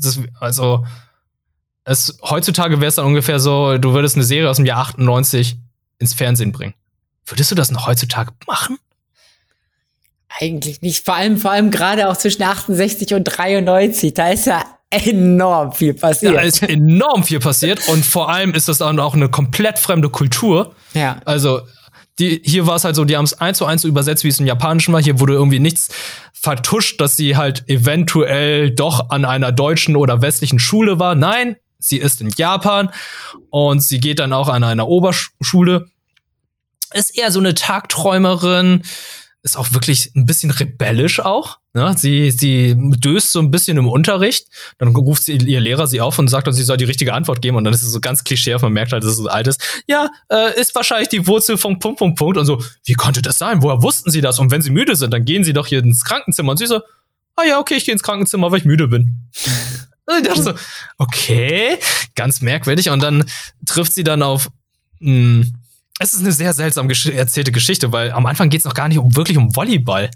Speaker 1: heutzutage wäre es dann ungefähr so, du würdest eine Serie aus dem Jahr 98 ins Fernsehen bringen. Würdest du das noch heutzutage machen?
Speaker 2: Eigentlich nicht. Vor allem gerade auch zwischen 68 und 93. Da ist ja enorm viel passiert.
Speaker 1: Ja, ist enorm viel passiert. Und vor allem ist das dann auch eine komplett fremde Kultur.
Speaker 2: Ja.
Speaker 1: Also, hier war es halt so, die haben es 1:1 so übersetzt, wie es im Japanischen war. Hier wurde irgendwie nichts vertuscht, dass sie halt eventuell doch an einer deutschen oder westlichen Schule war. Nein, sie ist in Japan und sie geht dann auch an einer Oberschule. Ist eher so eine Tagträumerin, ist auch wirklich ein bisschen rebellisch auch. Ne? Sie döst so ein bisschen im Unterricht. Dann ruft ihr Lehrer sie auf und sagt, sie soll die richtige Antwort geben. Und dann ist es so ganz klischeehaft. Man merkt halt, dass es so alt ist. Ja, ist wahrscheinlich die Wurzel von Punkt. Und so, wie konnte das sein? Woher wussten sie das? Und wenn sie müde sind, dann gehen sie doch hier ins Krankenzimmer. Und sie so, ja, okay, ich gehe ins Krankenzimmer, weil ich müde bin. Und ich dachte so, okay, ganz merkwürdig. Und dann trifft sie dann auf es ist eine sehr seltsam erzählte Geschichte, weil am Anfang geht's noch gar nicht wirklich um Volleyball.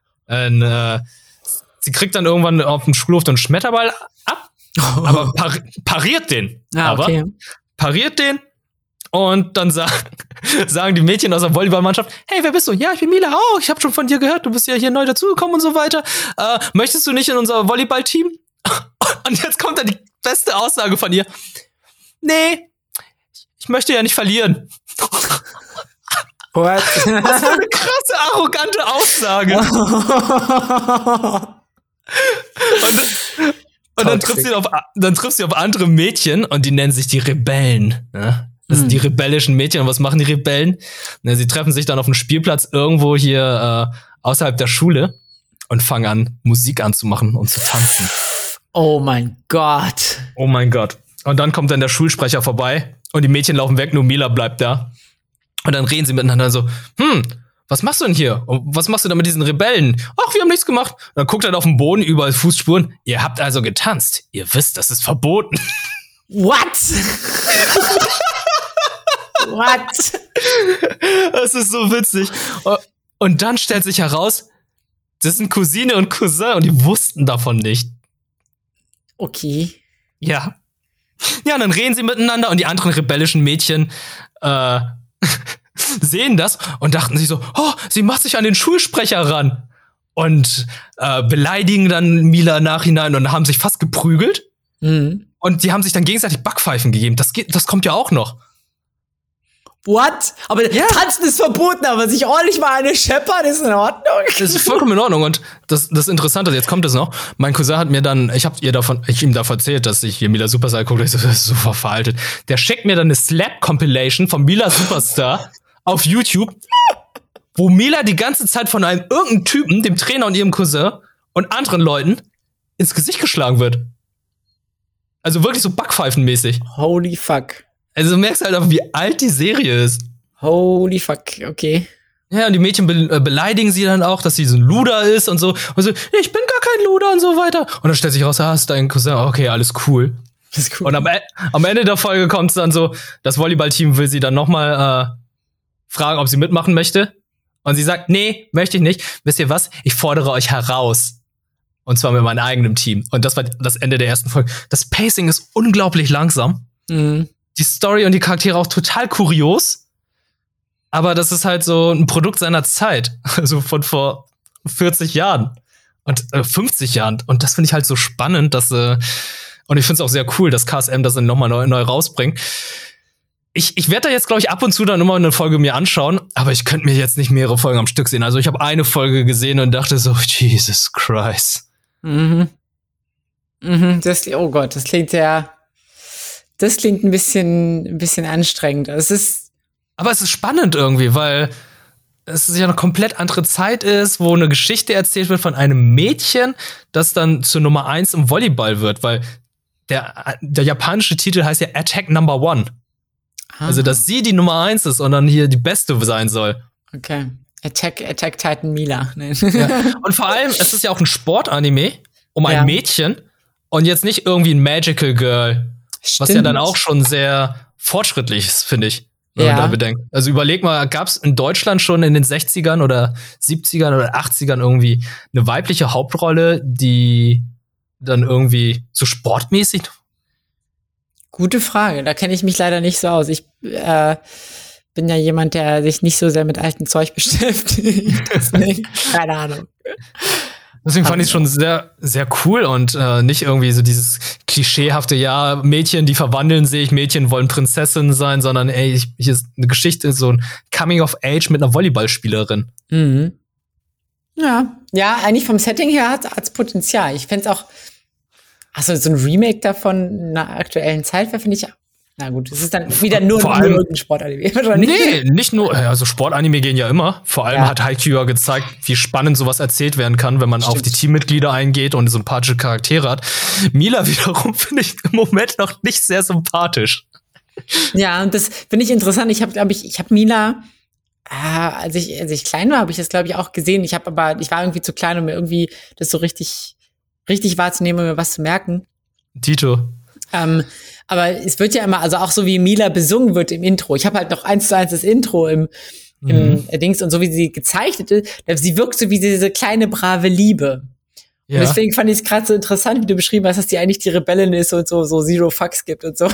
Speaker 1: Sie kriegt dann irgendwann auf dem Schulhof einen Schmetterball ab, aber pariert den.
Speaker 2: Okay.
Speaker 1: Pariert den und dann sagen die Mädchen aus der Volleyballmannschaft, hey, wer bist du? Ja, ich bin Mila. Oh, ich habe schon von dir gehört, du bist ja hier neu dazugekommen und so weiter. Möchtest du nicht in unser Volleyballteam? Und jetzt kommt dann die beste Aussage von ihr. Nee, ich möchte ja nicht verlieren.
Speaker 2: What?
Speaker 1: Was für eine krasse, arrogante Aussage. Und dann trifft sie auf andere Mädchen und die nennen sich die Rebellen. Ne? Das sind die rebellischen Mädchen. Und was machen die Rebellen? Ne, sie treffen sich dann auf einem Spielplatz irgendwo hier außerhalb der Schule und fangen an, Musik anzumachen und zu tanzen.
Speaker 2: Oh mein Gott.
Speaker 1: Oh mein Gott. Und dann kommt dann der Schulsprecher vorbei und die Mädchen laufen weg, nur Mila bleibt da. Und dann reden sie miteinander so, was machst du denn hier? Und was machst du da mit diesen Rebellen? Ach, wir haben nichts gemacht. Und dann guckt er auf den Boden, überall Fußspuren. Ihr habt also getanzt. Ihr wisst, das ist verboten.
Speaker 2: What? What?
Speaker 1: Das ist so witzig. Und dann stellt sich heraus, Das sind Cousine und Cousin und die wussten davon nicht.
Speaker 2: Okay.
Speaker 1: Ja. Ja, und dann reden sie miteinander und die anderen rebellischen Mädchen sehen das und dachten sich so, oh, sie macht sich an den Schulsprecher ran. Und beleidigen dann Mila Nachhinein und haben sich fast geprügelt.
Speaker 2: Mhm.
Speaker 1: Und die haben sich dann gegenseitig Backpfeifen gegeben. Das kommt ja auch noch.
Speaker 2: What? Aber Tanzen ist verboten, aber sich ordentlich mal eine scheppern ist in Ordnung.
Speaker 1: Das ist vollkommen in Ordnung. Und das Interessante, jetzt kommt es noch. Mein Cousin hat mir dann, ich ihm davon erzählt, dass ich hier Mila Superstar gucke. Ich so, das ist super veraltet. Der schickt mir dann eine Slap-Compilation von Mila Superstar auf YouTube, wo Mila die ganze Zeit von irgendeinem Typen, dem Trainer und ihrem Cousin und anderen Leuten ins Gesicht geschlagen wird. Also wirklich so Backpfeifenmäßig.
Speaker 2: Holy fuck.
Speaker 1: Also du merkst halt auch, wie alt die Serie ist.
Speaker 2: Holy fuck, okay.
Speaker 1: Ja, und die Mädchen beleidigen sie dann auch, dass sie so ein Luder ist und so. Und so, ich bin gar kein Luder und so weiter. Und dann stellt sich raus, ist dein Cousin. Okay, alles cool.
Speaker 2: Das ist cool.
Speaker 1: Und am Ende der Folge kommt es dann so, das Volleyballteam will sie dann nochmal fragen, ob sie mitmachen möchte. Und sie sagt, nee, möchte ich nicht. Wisst ihr was? Ich fordere euch heraus. Und zwar mit meinem eigenen Team. Und das war das Ende der ersten Folge. Das Pacing ist unglaublich langsam.
Speaker 2: Mhm.
Speaker 1: Die Story und die Charaktere auch total kurios. Aber das ist halt so ein Produkt seiner Zeit. Also von vor 40 Jahren. Und 50 Jahren. Und das finde ich halt so spannend, dass und ich finde es auch sehr cool, dass KSM das dann nochmal neu rausbringt. Ich werde da jetzt, glaube ich, ab und zu dann immer eine Folge mir anschauen, aber ich könnte mir jetzt nicht mehrere Folgen am Stück sehen. Also ich habe eine Folge gesehen und dachte so, Jesus Christ.
Speaker 2: Mhm. Oh Gott, das klingt ein bisschen anstrengend.
Speaker 1: Aber es ist spannend irgendwie, weil es ja eine komplett andere Zeit ist, wo eine Geschichte erzählt wird von einem Mädchen, das dann zur Nummer 1 im Volleyball wird, weil der japanische Titel heißt ja Attack Number 1. Also, dass sie die Nummer 1 ist und dann hier die Beste sein soll.
Speaker 2: Okay. Attack Titan Mila.
Speaker 1: Ja. Und vor allem, es ist ja auch ein Sportanime um ein Mädchen und jetzt nicht irgendwie ein Magical Girl. Stimmt. Was ja dann auch schon sehr fortschrittlich ist, finde ich, wenn man da bedenkt. Also überleg mal, gab es in Deutschland schon in den 60ern oder 70ern oder 80ern irgendwie eine weibliche Hauptrolle, die dann irgendwie so sportmäßig?
Speaker 2: Gute Frage, da kenne ich mich leider nicht so aus. Ich bin ja jemand, der sich nicht so sehr mit altem Zeug beschäftigt. Deswegen, keine Ahnung.
Speaker 1: Deswegen fand ich es schon sehr, sehr cool und nicht irgendwie so dieses klischeehafte, ja, Mädchen, die verwandeln sich, Mädchen wollen Prinzessin sein, sondern ey, hier ist eine Geschichte, so ein Coming of Age mit einer Volleyballspielerin.
Speaker 2: Mhm. Ja, eigentlich vom Setting her hat's Potenzial. Ich fänd's auch, so ein Remake davon in einer aktuellen Zeit finde ich. Na gut, es ist dann wieder nur ein Sportanime.
Speaker 1: Nee, nicht nur, also Sportanime gehen ja immer. Vor allem hat Haikyuu ja gezeigt, wie spannend sowas erzählt werden kann, wenn man auf die Teammitglieder eingeht und sympathische Charaktere hat. Mila wiederum finde ich im Moment noch nicht sehr sympathisch.
Speaker 2: Ja, und das finde ich interessant. Ich habe Mila, als ich klein war, habe ich das, glaube ich, auch gesehen. Ich war irgendwie zu klein, um mir irgendwie das so richtig wahrzunehmen und mir was zu merken.
Speaker 1: Dito.
Speaker 2: Aber es wird ja immer, also auch so wie Mila besungen wird im Intro. Ich habe halt noch 1:1 das Intro im Dings und so wie sie gezeichnet ist, sie wirkt so wie diese kleine brave Liebe. Ja. Und deswegen fand ich es gerade so interessant, wie du beschrieben hast, dass die eigentlich die Rebellin ist und so Zero Fucks gibt und so.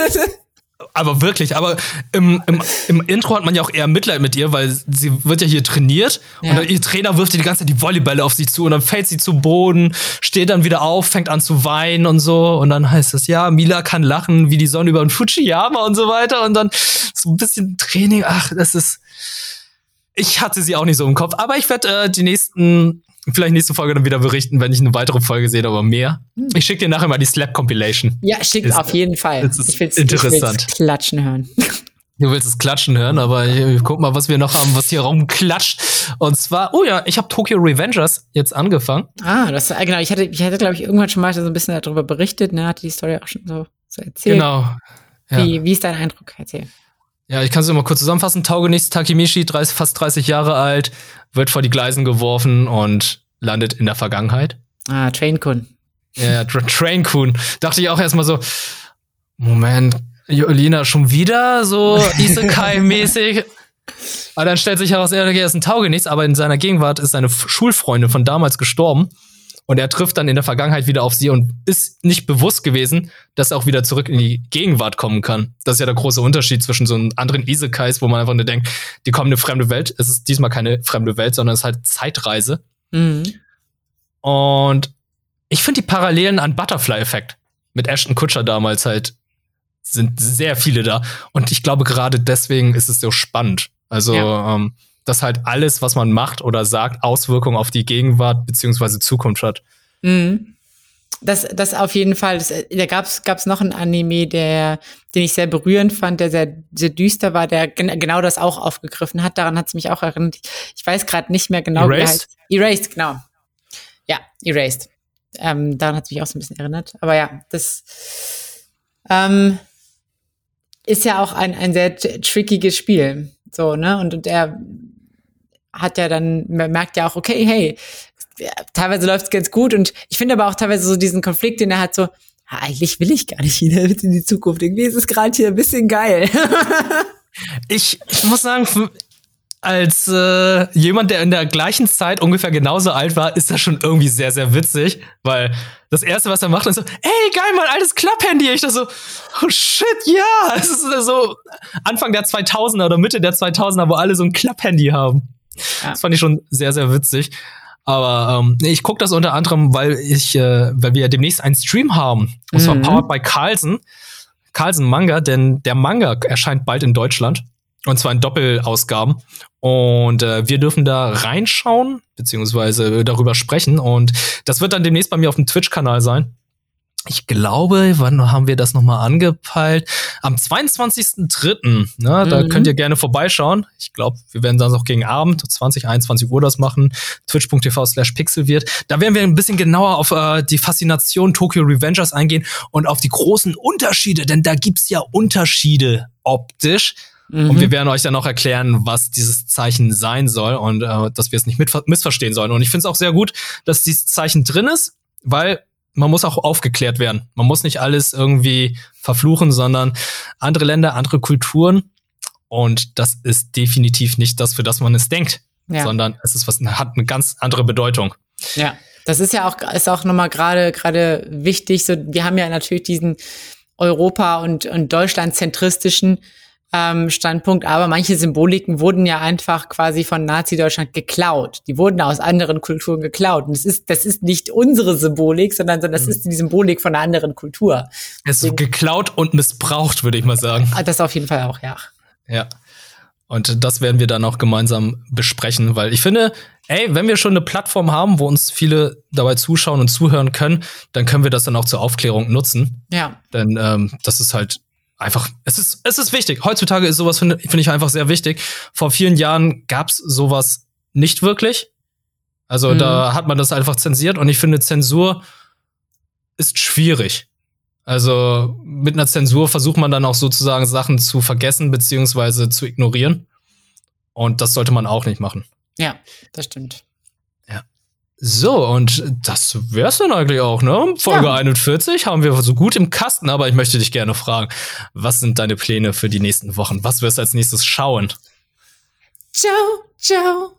Speaker 1: Aber wirklich, im Intro hat man ja auch eher Mitleid mit ihr, weil sie wird ja hier trainiert und dann ihr Trainer wirft ihr die ganze Zeit die Volleybälle auf sie zu und dann fällt sie zu Boden, steht dann wieder auf, fängt an zu weinen und so und dann heißt es, ja, Mila kann lachen wie die Sonne über den Fujiyama und so weiter und dann so ein bisschen Training, ich hatte sie auch nicht so im Kopf, aber ich werde vielleicht nächste Folge dann wieder berichten, wenn ich eine weitere Folge sehe, aber mehr. Ich schicke dir nachher mal die Slap-Compilation.
Speaker 2: Ja, schick auf jeden Fall.
Speaker 1: Ich will's
Speaker 2: klatschen hören.
Speaker 1: Du willst es klatschen hören, aber guck mal, was wir noch haben, was hier rumklatscht. Und zwar, ich habe Tokyo Revengers jetzt angefangen.
Speaker 2: Genau. Ich hatte glaube ich, irgendwann schon mal so ein bisschen darüber berichtet, ne? Hatte die Story auch schon so erzählt.
Speaker 1: Genau. Ja.
Speaker 2: Wie ist dein Eindruck? Erzähl.
Speaker 1: Ja, ich kann es mal kurz zusammenfassen. Taugenichts Takemichi, fast 30 Jahre alt, wird vor die Gleisen geworfen und landet in der Vergangenheit.
Speaker 2: Train-kun.
Speaker 1: Ja, Train-kun. Dachte ich auch erstmal so, Moment, Jolina, schon wieder so Isekai-mäßig? Aber dann stellt sich heraus, er ist ein Taugenichts, aber in seiner Gegenwart ist seine Schulfreundin von damals gestorben. Und er trifft dann in der Vergangenheit wieder auf sie und ist nicht bewusst gewesen, dass er auch wieder zurück in die Gegenwart kommen kann. Das ist ja der große Unterschied zwischen so einem anderen Isekais, wo man einfach nur denkt, die kommen in eine fremde Welt. Es ist diesmal keine fremde Welt, sondern es ist halt Zeitreise. Und ich finde die Parallelen an Butterfly-Effekt mit Ashton Kutcher damals halt sind sehr viele da. Und ich glaube, gerade deswegen ist es so spannend. Also, dass halt alles, was man macht oder sagt, Auswirkungen auf die Gegenwart beziehungsweise Zukunft hat.
Speaker 2: Das auf jeden Fall. Da gab's noch einen Anime, den ich sehr berührend fand, der sehr, sehr düster war, der genau das auch aufgegriffen hat. Daran hat es mich auch erinnert. Ich weiß gerade nicht mehr genau, wie er heißt. Erased, genau. Ja, Erased. Daran hat es mich auch so ein bisschen erinnert. Aber ja, das ist ja auch ein sehr trickiges Spiel. So, ne? Und er hat ja dann, man merkt ja auch, okay, hey, teilweise läuft es ganz gut. Und ich finde aber auch teilweise so diesen Konflikt, den er hat, so, eigentlich will ich gar nicht wieder in die Zukunft. Irgendwie ist es gerade hier ein bisschen geil.
Speaker 1: Ich muss sagen, als jemand, der in der gleichen Zeit ungefähr genauso alt war, ist das schon irgendwie sehr, sehr witzig, weil das Erste, was er macht, ist so, ey, geil, mein altes Klapphandy. Ich da so, oh shit, ja. Es ist so Anfang der 2000er oder Mitte der 2000er, wo alle so ein Klapphandy haben. Ja. Das fand ich schon sehr, sehr witzig. Aber ich gucke das unter anderem, weil wir ja demnächst einen Stream haben. Und zwar powered by Carlsen Manga, denn der Manga erscheint bald in Deutschland. Und zwar in Doppelausgaben. Und wir dürfen da reinschauen, beziehungsweise darüber sprechen. Und das wird dann demnächst bei mir auf dem Twitch-Kanal sein. Ich glaube, wann haben wir das nochmal angepeilt? Am 22.03. Ne, da könnt ihr gerne vorbeischauen. Ich glaube, wir werden dann auch gegen Abend, 21 Uhr das machen. Twitch.tv/pixelwirt. Da werden wir ein bisschen genauer auf die Faszination Tokyo Revengers eingehen und auf die großen Unterschiede. Denn da gibt's ja Unterschiede optisch. Und wir werden euch dann auch erklären, was dieses Zeichen sein soll und dass wir es nicht missverstehen sollen. Und ich finde es auch sehr gut, dass dieses Zeichen drin ist, weil man muss auch aufgeklärt werden. Man muss nicht alles irgendwie verfluchen, sondern andere Länder, andere Kulturen. Und das ist definitiv nicht das, für das man es denkt, sondern es ist hat eine ganz andere Bedeutung.
Speaker 2: Ja, das ist ja auch nochmal gerade wichtig. So, wir haben ja natürlich diesen Europa- und Deutschland-zentristischen Standpunkt, aber manche Symboliken wurden ja einfach quasi von Nazi-Deutschland geklaut. Die wurden aus anderen Kulturen geklaut. Und das ist nicht unsere Symbolik, sondern das ist die Symbolik von einer anderen Kultur.
Speaker 1: Es ist geklaut und missbraucht, würde ich mal sagen.
Speaker 2: Das auf jeden Fall auch, ja.
Speaker 1: Ja. Und das werden wir dann auch gemeinsam besprechen, weil ich finde, wenn wir schon eine Plattform haben, wo uns viele dabei zuschauen und zuhören können, dann können wir das dann auch zur Aufklärung nutzen. Ja. Denn das ist halt einfach, es ist wichtig. Heutzutage ist sowas, finde ich einfach sehr wichtig. Vor vielen Jahren gab's sowas nicht wirklich. Also da hat man das einfach zensiert und ich finde, Zensur ist schwierig. Also mit einer Zensur versucht man dann auch sozusagen Sachen zu vergessen beziehungsweise zu ignorieren. Und das sollte man auch nicht machen.
Speaker 2: Ja, das stimmt.
Speaker 1: Ja. So, und das wär's dann eigentlich auch, ne? Folge 41 haben wir so gut im Kasten, aber ich möchte dich gerne fragen, was sind deine Pläne für die nächsten Wochen? Was wirst du als nächstes schauen?
Speaker 2: Ciao.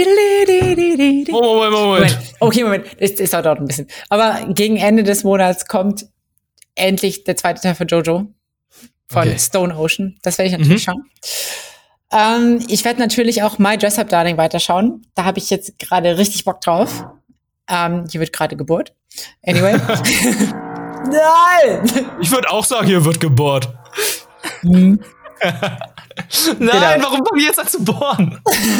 Speaker 1: Moment.
Speaker 2: Okay, Moment. Es dauert ein bisschen. Aber gegen Ende des Monats kommt endlich der zweite Teil von JoJo von Stone Ocean. Das werde ich natürlich schauen. Ich werde natürlich auch My Dress Up Darling weiterschauen. Da habe ich jetzt gerade richtig Bock drauf. Hier wird gerade gebohrt. Anyway. Nein!
Speaker 1: Ich würde auch sagen, hier wird gebohrt. Nein, warum fangen wir jetzt an zu bohren?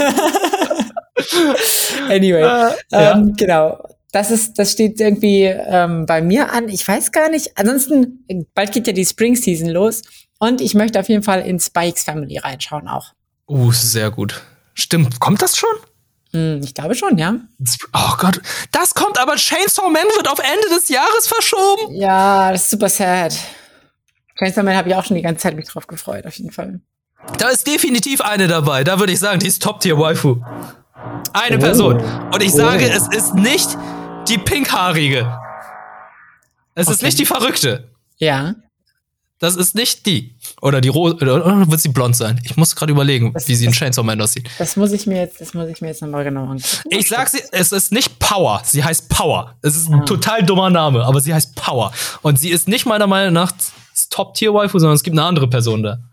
Speaker 2: Anyway, genau. Das steht irgendwie bei mir an. Ich weiß gar nicht. Ansonsten, bald geht ja die Spring Season los. Und ich möchte auf jeden Fall in Spy X Family reinschauen auch.
Speaker 1: Sehr gut. Stimmt. Kommt das schon?
Speaker 2: Ich glaube schon, ja.
Speaker 1: Oh Gott. Das kommt, aber Chainsaw Man wird auf Ende des Jahres verschoben.
Speaker 2: Ja, das ist super sad. Chainsaw Man habe ich auch schon die ganze Zeit mich drauf gefreut, auf jeden Fall.
Speaker 1: Da ist definitiv eine dabei. Da würde ich sagen, die ist Top-Tier-Waifu. Eine Person. Und ich sage, es ist nicht die pinkhaarige. Es ist nicht die Verrückte.
Speaker 2: Ja.
Speaker 1: Das ist nicht die. Oder die rote, oder wird sie blond sein? Ich muss gerade überlegen, wie sie in Chainsaw Man aussieht.
Speaker 2: Das muss ich mir jetzt nochmal genau angucken.
Speaker 1: Ich sag sie, es ist nicht Power. Sie heißt Power. Es ist ein total dummer Name, aber sie heißt Power. Und sie ist nicht meiner Meinung nach Top-Tier-Waifu, sondern es gibt eine andere Person da.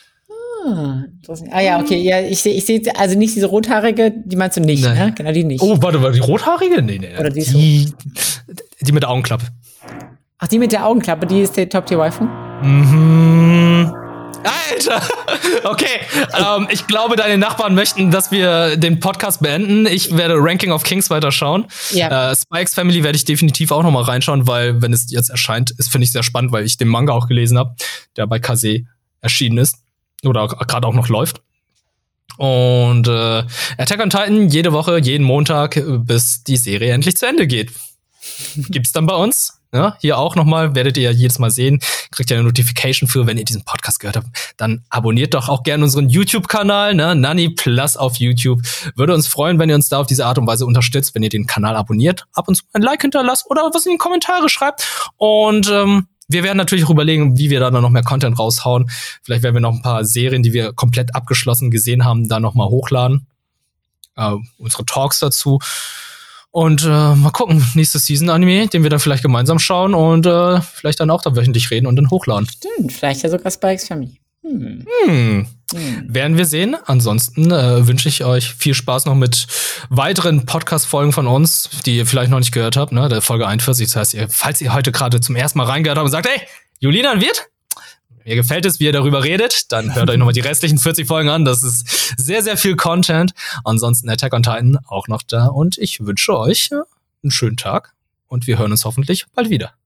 Speaker 2: Ja, okay. Ja, ich sehe also nicht diese rothaarige, die meinst du nicht, ne? Genau, die nicht.
Speaker 1: Oh, warte, die rothaarige? Nee.
Speaker 2: Oder die
Speaker 1: mit der Augenklappe.
Speaker 2: Ach, die mit der Augenklappe, die ist der Top-Tier-Waifu?
Speaker 1: Alter! Okay, ich glaube, deine Nachbarn möchten, dass wir den Podcast beenden. Ich werde Ranking of Kings weiterschauen.
Speaker 2: Ja.
Speaker 1: Spikes Family werde ich definitiv auch noch mal reinschauen, weil, wenn es jetzt erscheint, finde ich sehr spannend, weil ich den Manga auch gelesen habe, der bei Kase erschienen ist. Oder gerade auch noch läuft. Und Attack on Titan jede Woche, jeden Montag, bis die Serie endlich zu Ende geht. Gibt's dann bei uns. Ja, hier auch nochmal, werdet ihr ja jedes Mal sehen. Kriegt ihr eine Notification für, wenn ihr diesen Podcast gehört habt. Dann abonniert doch auch gerne unseren YouTube-Kanal, ne? Nani Plus auf YouTube. Würde uns freuen, wenn ihr uns da auf diese Art und Weise unterstützt, wenn ihr den Kanal abonniert, ab und zu ein Like hinterlasst oder was in die Kommentare schreibt. Und wir werden natürlich auch überlegen, wie wir da noch mehr Content raushauen. Vielleicht werden wir noch ein paar Serien, die wir komplett abgeschlossen gesehen haben, da noch mal hochladen. Unsere Talks dazu. Und mal gucken, nächste Season-Anime, den wir dann vielleicht gemeinsam schauen und vielleicht dann auch da wöchentlich reden und dann hochladen.
Speaker 2: Stimmt, vielleicht ja sogar Spikes Family.
Speaker 1: Werden wir sehen. Ansonsten wünsche ich euch viel Spaß noch mit weiteren Podcast-Folgen von uns, die ihr vielleicht noch nicht gehört habt, ne? Der Folge 41. Das heißt, falls ihr heute gerade zum ersten Mal reingehört habt und sagt, hey, Julina und Wirt, mir gefällt es, wie ihr darüber redet, dann hört euch nochmal die restlichen 40 Folgen an. Das ist sehr, sehr viel Content. Ansonsten Attack on Titan auch noch da. Und ich wünsche euch einen schönen Tag und wir hören uns hoffentlich bald wieder.